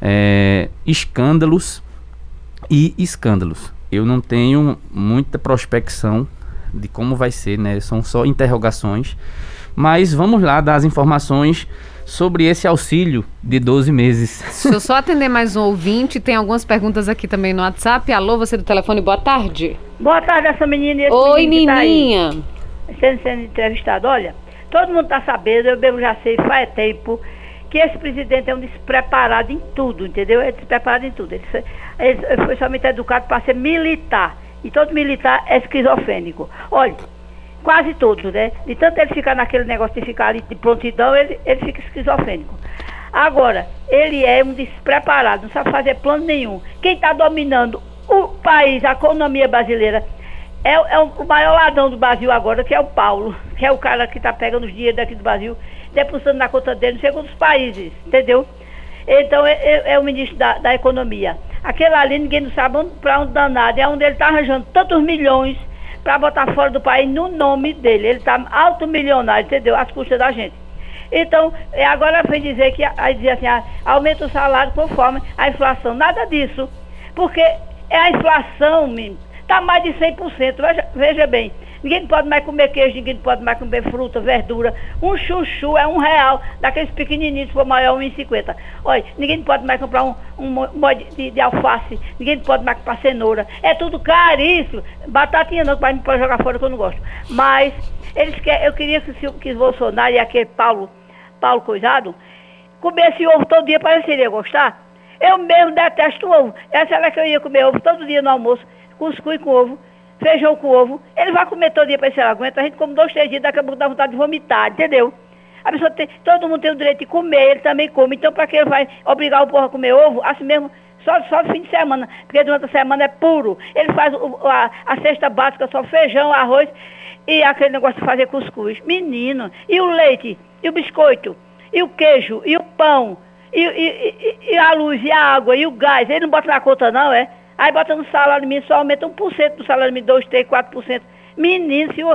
é, escândalos e escândalos. Eu não tenho muita prospecção de como vai ser, né? São só interrogações, mas vamos lá dar as informações sobre esse auxílio de doze meses. Deixa eu só atender mais um ouvinte, tem algumas perguntas aqui também no WhatsApp. Alô, você do telefone, boa tarde. Boa tarde, essa menina e esse Oi, menino Nininha. Que tá aí, sendo, sendo entrevistado. Olha, todo mundo tá sabendo, eu mesmo já sei, faz tempo, que esse presidente é um despreparado em tudo, entendeu? É despreparado em tudo. Ele, ele foi somente educado para ser militar, e todo militar é esquizofrênico. Olha, quase todos, né? De tanto ele ficar naquele negócio de ficar ali de prontidão, ele, ele fica esquizofrênico. Agora, ele é um despreparado, não sabe fazer plano nenhum. Quem está dominando o país, a economia brasileira, é, é o maior ladrão do Brasil agora, que é o Paulo, que é o cara que está pegando os dinheiros daqui do Brasil, depositando na conta dele, não sei quantos países, entendeu? Então, é, é, é o ministro da, da economia. Aquele ali, ninguém não sabe para onde danado, é onde ele está arranjando tantos milhões para botar fora do país no nome dele. Ele está alto-milionário, entendeu? Às custas da gente. Então, agora vem dizer que, aí dizer assim, ah, aumenta o salário conforme a inflação. Nada disso, porque é a inflação, está mais de cem por cento. Veja, veja bem, ninguém pode mais comer queijo, ninguém pode mais comer fruta, verdura. Um chuchu é um real, daqueles pequenininhos, se for maior, um e cinquenta. Olha, ninguém pode mais comprar um, um molho de, de alface, ninguém pode mais comprar cenoura. É tudo caríssimo. Batatinha não, que pode jogar fora, que eu não gosto. Mas eles querem, eu queria que, que o Bolsonaro e aquele Paulo, Paulo Coisado, comesse ovo todo dia, para ver se ele ia gostar. Eu mesmo detesto ovo. Essa era que eu ia comer ovo todo dia no almoço, cuscuz com ovo, feijão com ovo. Ele vai comer todo dia para ver se ela aguenta. A gente come dois, três dias, daqui a pouco dá vontade de vomitar, entendeu? A pessoa tem, todo mundo tem o direito de comer, ele também come. Então, para que ele vai obrigar o povo a comer ovo, assim mesmo, só, só no fim de semana, porque durante a semana é puro. Ele faz o, a, a cesta básica, só feijão, arroz e aquele negócio de fazer cuscuz. Menino, e o leite, e o biscoito, e o queijo, e o pão, e, e, e, e a luz, e a água, e o gás. Ele não bota na conta não, é? Aí bota no salário mínimo, só aumenta um por cento do salário mínimo, dois, três, quatro por cento. Menino, se o,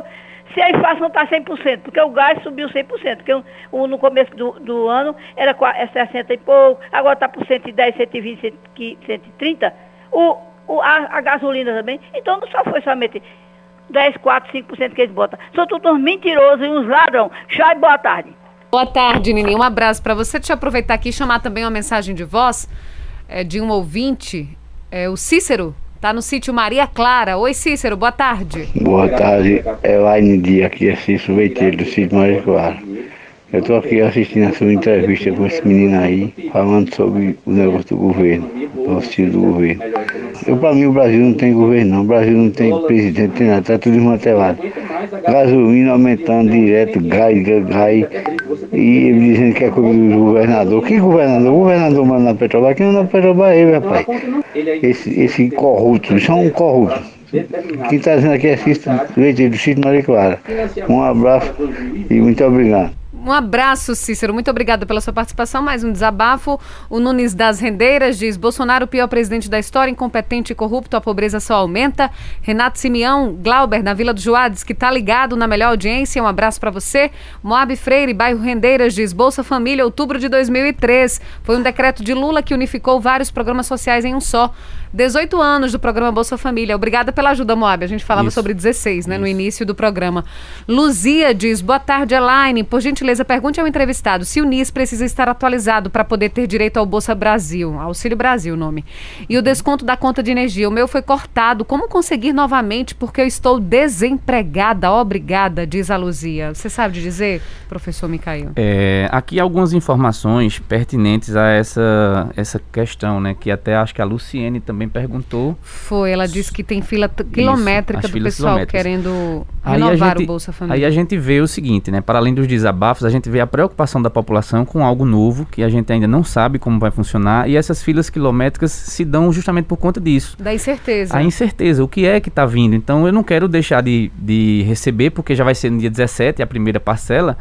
se a inflação está cem por cento, porque o gás subiu cem por cento, porque o, o, no começo do, do ano era sessenta e pouco, agora está por cento e dez, cento e vinte, cento e trinta, o, o, a, a gasolina também. Então não só foi somente dez, quatro, cinco por cento que eles botam. São todos uns mentirosos e uns ladrão. Chay, boa tarde. Boa tarde, Nini. Um abraço para você. Deixa eu aproveitar aqui e chamar também uma mensagem de voz é, de um ouvinte, é, o Cícero. Tá no sítio Maria Clara. Oi, Cícero, boa tarde. Boa tarde, é Laine Dia, aqui é Cícero Leiteiro, do sítio Maria Clara. Eu estou aqui assistindo a sua entrevista com esse menino aí, falando sobre o negócio do governo, o auxílio do governo. Eu, para mim, o Brasil não tem governo, não. O Brasil não tem presidente, não tem nada, está tudo desmantelado. Gasolina aumentando direto, gás, gás, e ele dizendo que é coisa do governador. Que governador? O governador manda na Petrobras, quem manda na Petrobras é ele, rapaz. Esse, esse corrupto, são corruptos. Quem está dizendo aqui é Cícero Leiteiro, do sítio Maria Clara. Um abraço e muito obrigado. Um abraço, Cícero. Muito obrigada pela sua participação. Mais um desabafo. O Nunes das Rendeiras diz: Bolsonaro, o pior presidente da história, incompetente e corrupto, a pobreza só aumenta. Renato Simeão Glauber, na Vila do Juá, diz que tá ligado na melhor audiência. Um abraço para você. Moab Freire, bairro Rendeiras, diz: Bolsa Família, outubro de dois mil e três. Foi um decreto de Lula que unificou vários programas sociais em um só. dezoito anos do programa Bolsa Família. Obrigada pela ajuda, Moab. A gente falava Isso. sobre dezesseis, né, Isso. no início do programa. Luzia diz: boa tarde, Elaine. Por gentileza, pergunte ao entrevistado se o N I S precisa estar atualizado para poder ter direito ao Bolsa Brasil, Auxílio Brasil, o nome. E o desconto da conta de energia. O meu foi cortado. Como conseguir novamente? Porque eu estou desempregada. Obrigada, diz a Luzia. Você sabe dizer, professor Micael? É, aqui algumas informações pertinentes a essa, essa questão, né? Que até acho que a Luciene também perguntou. Foi, ela disse que tem fila t- quilométrica Isso, do pessoal querendo renovar gente, o Bolsa Família. Aí a gente vê o seguinte, né? Para além dos desabafos, a gente vê a preocupação da população com algo novo, que a gente ainda não sabe como vai funcionar, e essas filas quilométricas se dão justamente por conta disso. Da incerteza. A incerteza, o que é que está vindo. Então eu não quero deixar de, de receber, porque já vai ser no dia dezessete, a primeira parcela.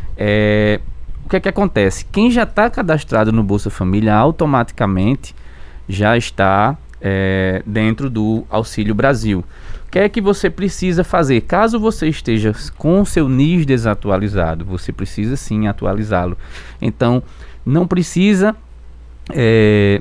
É, o que é que acontece? Quem já está cadastrado no Bolsa Família, automaticamente já está é, dentro do Auxílio Brasil. O que é que você precisa fazer? Caso você esteja com o seu N I S desatualizado, você precisa sim atualizá-lo. Então, não precisa é,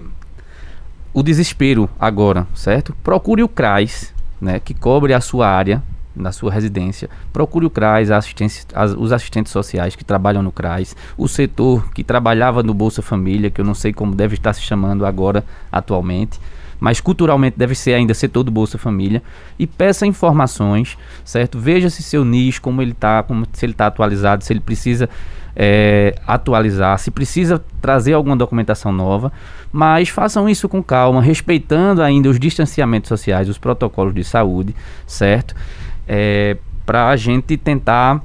o desespero agora, certo? Procure o CRAS, né, que cobre a sua área, na sua residência. Procure o CRAS, a assistência, as, os assistentes sociais que trabalham no CRAS, o setor que trabalhava no Bolsa Família, que eu não sei como deve estar se chamando agora, atualmente, mas culturalmente deve ser ainda setor do Bolsa Família, e peça informações, certo? Veja se seu N I S, como ele está, se ele está atualizado, se ele precisa é, atualizar, se precisa trazer alguma documentação nova, mas façam isso com calma, respeitando ainda os distanciamentos sociais, os protocolos de saúde, certo? É, para a gente tentar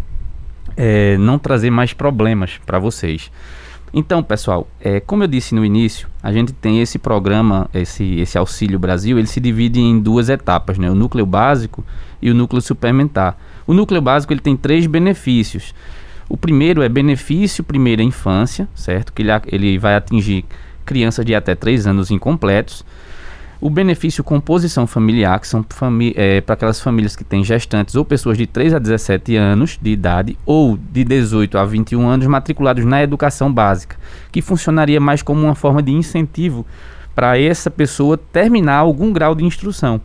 é, não trazer mais problemas para vocês. Então, pessoal, é, como eu disse no início, a gente tem esse programa, esse, esse Auxílio Brasil, ele se divide em duas etapas, né? O núcleo básico e o núcleo suplementar. O núcleo básico ele tem três benefícios. O primeiro é benefício primeira infância, certo? Que ele, ele vai atingir crianças de até três anos incompletos. O benefício composição familiar, que são é, para aquelas famílias que têm gestantes ou pessoas de três a dezessete anos de idade ou de dezoito a vinte e um anos matriculados na educação básica, que funcionaria mais como uma forma de incentivo para essa pessoa terminar algum grau de instrução.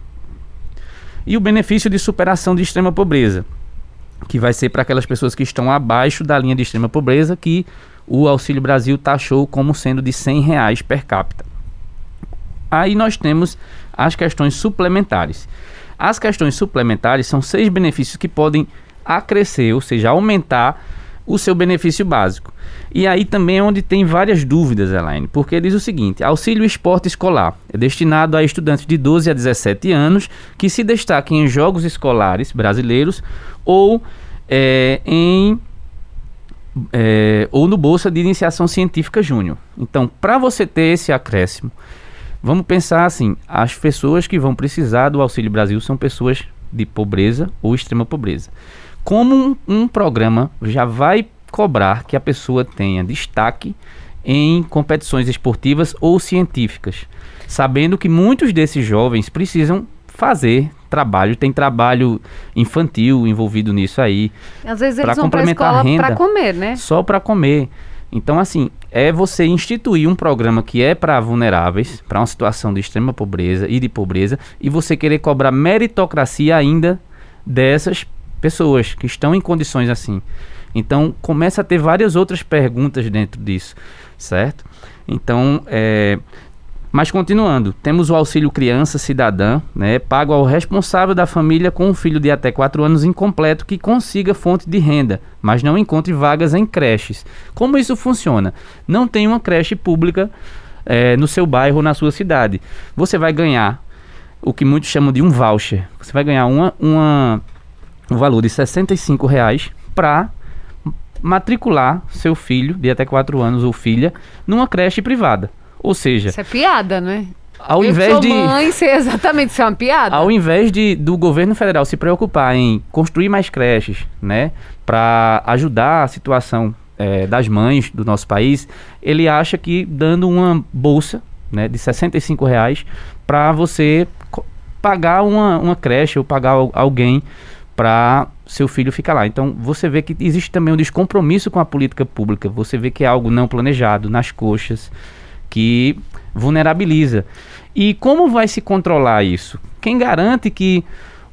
E o benefício de superação de extrema pobreza, que vai ser para aquelas pessoas que estão abaixo da linha de extrema pobreza, que o Auxílio Brasil taxou como sendo de cem reais per capita. Aí nós temos as questões suplementares. As questões suplementares são seis benefícios que podem acrescer, ou seja, aumentar o seu benefício básico. E aí também é onde tem várias dúvidas, Elaine, porque diz o seguinte: auxílio esporte escolar é destinado a estudantes de doze a dezessete anos que se destaquem em jogos escolares brasileiros ou é, em... É, ou no Bolsa de Iniciação Científica Júnior. Então, para você ter esse acréscimo, vamos pensar assim, as pessoas que vão precisar do Auxílio Brasil são pessoas de pobreza ou extrema pobreza. Como um, um programa já vai cobrar que a pessoa tenha destaque em competições esportivas ou científicas, sabendo que muitos desses jovens precisam fazer trabalho, tem trabalho infantil envolvido nisso aí. Às vezes eles pra vão para a escola para comer, né? Só para comer. Então, assim, é você instituir um programa que é para vulneráveis, para uma situação de extrema pobreza e de pobreza, e você querer cobrar meritocracia ainda dessas pessoas que estão em condições assim. Então, começa a ter várias outras perguntas dentro disso, certo? Então, é... Mas continuando, temos o auxílio criança cidadã, né, pago ao responsável da família com um filho de até quatro anos incompleto que consiga fonte de renda, mas não encontre vagas em creches. Como isso funciona? Não tem uma creche pública é, no seu bairro ou na sua cidade. Você vai ganhar o que muitos chamam de um voucher. Você vai ganhar uma, uma, um valor de sessenta e cinco reais para matricular seu filho de até quatro anos ou filha numa creche privada. Ou seja... Isso é piada, né? Ao eu invés sou de mãe, sei exatamente, isso é uma piada. Ao invés de, do governo federal se preocupar em construir mais creches, né, para ajudar a situação é, das mães do nosso país, ele acha que dando uma bolsa, né, de sessenta e cinco reais para você pagar uma, uma creche ou pagar alguém para seu filho ficar lá. Então você vê que existe também um descompromisso com a política pública, você vê que é algo não planejado, nas coxas, que vulnerabiliza. E como vai se controlar isso? Quem garante que,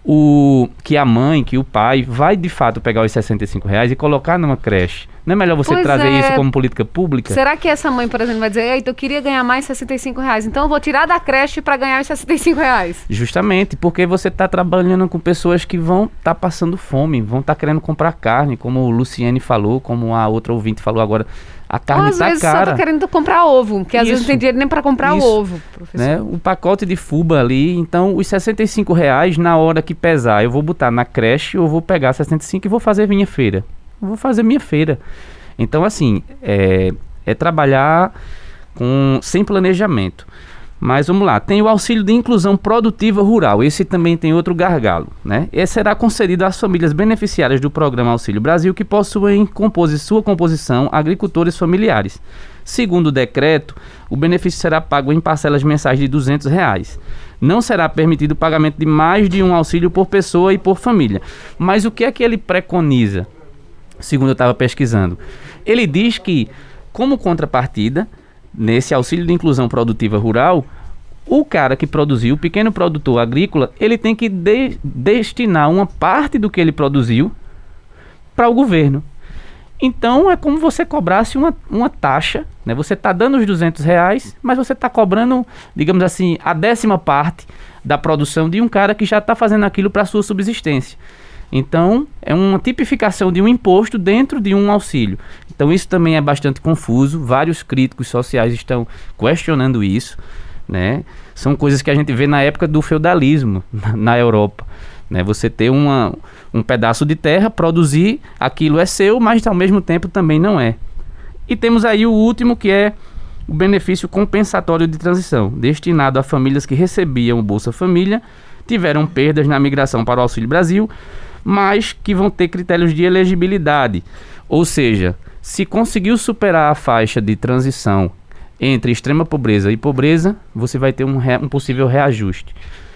o, que a mãe, que o pai vai de fato pegar os sessenta e cinco reais e colocar numa creche? Não é melhor você Pois trazer é. isso como política pública? Será que essa mãe, por exemplo, vai dizer, eita, eu queria ganhar mais sessenta e cinco reais, então eu vou tirar da creche para ganhar os sessenta e cinco reais? Justamente, porque você está trabalhando com pessoas que vão estar tá passando fome, vão estar tá querendo comprar carne, como o Luciene falou, como a outra ouvinte falou agora. A carne Ou tá às vezes cara. só tá querendo comprar ovo, que às Isso. vezes não tem dinheiro nem para comprar Isso. o ovo, professor. Né? O pacote de fuba ali, então os sessenta e cinco reais na hora que pesar, eu vou botar na creche ou vou pegar sessenta e cinco e vou fazer minha feira. Eu vou fazer minha feira. Então assim, é, é trabalhar com, sem planejamento. Mas vamos lá, tem o auxílio de inclusão produtiva rural, esse também tem outro gargalo, né? Esse será concedido às famílias beneficiárias do programa Auxílio Brasil que possuem composi- sua composição agricultores familiares. Segundo o decreto, o benefício será pago em parcelas mensais de duzentos reais. Não será permitido o pagamento de mais de um auxílio por pessoa e por família. Mas o que é que ele preconiza? Segundo eu estava pesquisando. Ele diz que, como contrapartida, nesse auxílio de inclusão produtiva rural, o cara que produziu, o pequeno produtor agrícola, ele tem que de- destinar uma parte do que ele produziu para o governo. Então é como você cobrasse uma, uma taxa, né? Você está dando os duzentos reais, mas você está cobrando, digamos assim, a décima parte da produção de um cara que já está fazendo aquilo para a sua subsistência. Então, é uma tipificação de um imposto dentro de um auxílio. Então, isso também é bastante confuso. Vários críticos sociais estão questionando isso, né? São coisas que a gente vê na época do feudalismo na, na Europa, né? Você ter uma, um pedaço de terra, produzir, aquilo é seu, mas ao mesmo tempo também não é. E temos aí o último, que é o benefício compensatório de transição, destinado a famílias que recebiam o Bolsa Família, tiveram perdas na migração para o Auxílio Brasil, mas que vão ter critérios de elegibilidade. Ou seja, se conseguiu superar a faixa de transição entre extrema pobreza e pobreza, você vai ter um, re, um possível reajuste.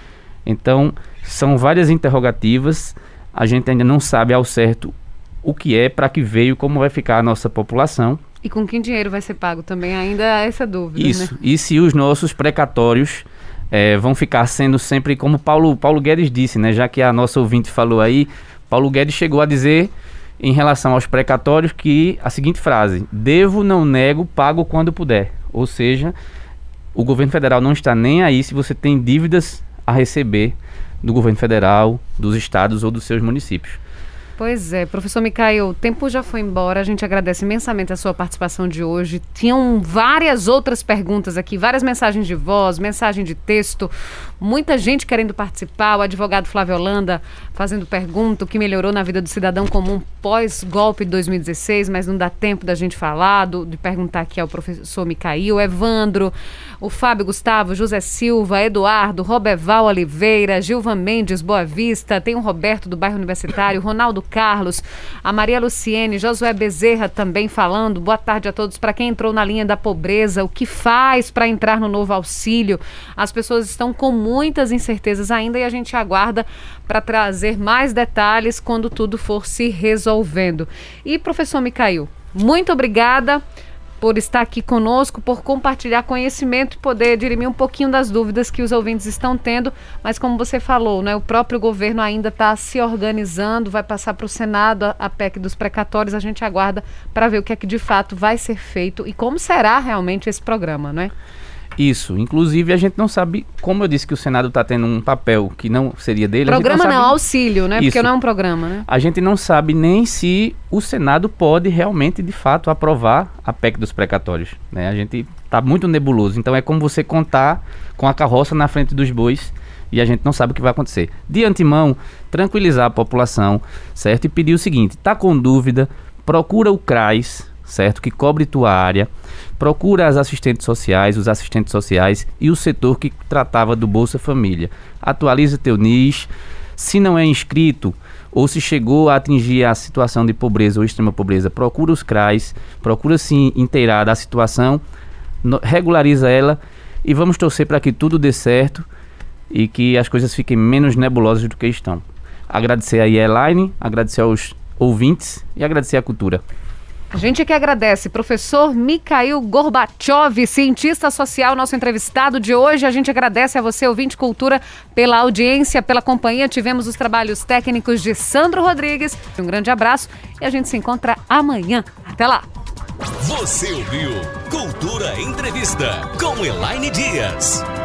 Então, são várias interrogativas, a gente ainda não sabe ao certo o que é, para que veio, como vai ficar a nossa população. E com que dinheiro vai ser pago também, ainda há essa dúvida, Isso, né? E se os nossos precatórios É, vão ficar sendo sempre, como Paulo, Paulo Guedes disse, né? Já que a nossa ouvinte falou aí, Paulo Guedes chegou a dizer, em relação aos precatórios, que a seguinte frase: devo, não nego, pago quando puder. Ou seja, o governo federal não está nem aí se você tem dívidas a receber do governo federal, dos estados ou dos seus municípios. Pois é, professor Micael, o tempo já foi embora, a gente agradece imensamente a sua participação de hoje. Tinham várias outras perguntas aqui, várias mensagens de voz, mensagem de texto, muita gente querendo participar, o advogado Flávio Holanda fazendo pergunta, o que melhorou na vida do cidadão comum pós-golpe de dois mil e dezesseis, mas não dá tempo da gente falar, do, de perguntar aqui ao professor Micail, Evandro, o Fábio Gustavo, José Silva, Eduardo, Roberval Oliveira, Gilvan Mendes, Boa Vista, tem o Roberto do bairro Universitário, Ronaldo Carlos, a Maria Luciene, Josué Bezerra também falando, boa tarde a todos. Para quem entrou na linha da pobreza, o que faz para entrar no novo auxílio? As pessoas estão com muitas incertezas ainda e a gente aguarda para trazer mais detalhes quando tudo for se resolvendo. E professor Micail, muito obrigada por estar aqui conosco, por compartilhar conhecimento e poder dirimir um pouquinho das dúvidas que os ouvintes estão tendo, mas como você falou, né, o próprio governo ainda está se organizando, vai passar para o Senado a, a P E C dos precatórios, a gente aguarda para ver o que é que de fato vai ser feito e como será realmente esse programa, não é? Isso, inclusive a gente não sabe, como eu disse que o Senado está tendo um papel que não seria dele... Programa a gente não, não sabe... auxílio, né? Isso. Porque não é um programa, né? A gente não sabe nem se o Senado pode realmente, de fato, aprovar a P E C dos precatórios, né? A gente está muito nebuloso, então é como você contar com a carroça na frente dos bois e a gente não sabe o que vai acontecer. De antemão, tranquilizar a população, certo? E pedir o seguinte, tá com dúvida, procura o CRAS, certo? Que cobre tua área, procura as assistentes sociais, os assistentes sociais e o setor que tratava do Bolsa Família. Atualiza teu N I S, se não é inscrito ou se chegou a atingir a situação de pobreza ou extrema pobreza, procura os CRAS, procura se inteirar da situação, no, regulariza ela e vamos torcer para que tudo dê certo e que as coisas fiquem menos nebulosas do que estão. Agradecer aí a Elaine, agradecer aos ouvintes e agradecer à cultura. A gente que agradece, professor Micail Gorbachev, cientista social, nosso entrevistado de hoje. A gente agradece a você, ouvinte Cultura, pela audiência, pela companhia. Tivemos os trabalhos técnicos de Sandro Rodrigues. Um grande abraço e a gente se encontra amanhã. Até lá! Você ouviu Cultura Entrevista com Elaine Dias.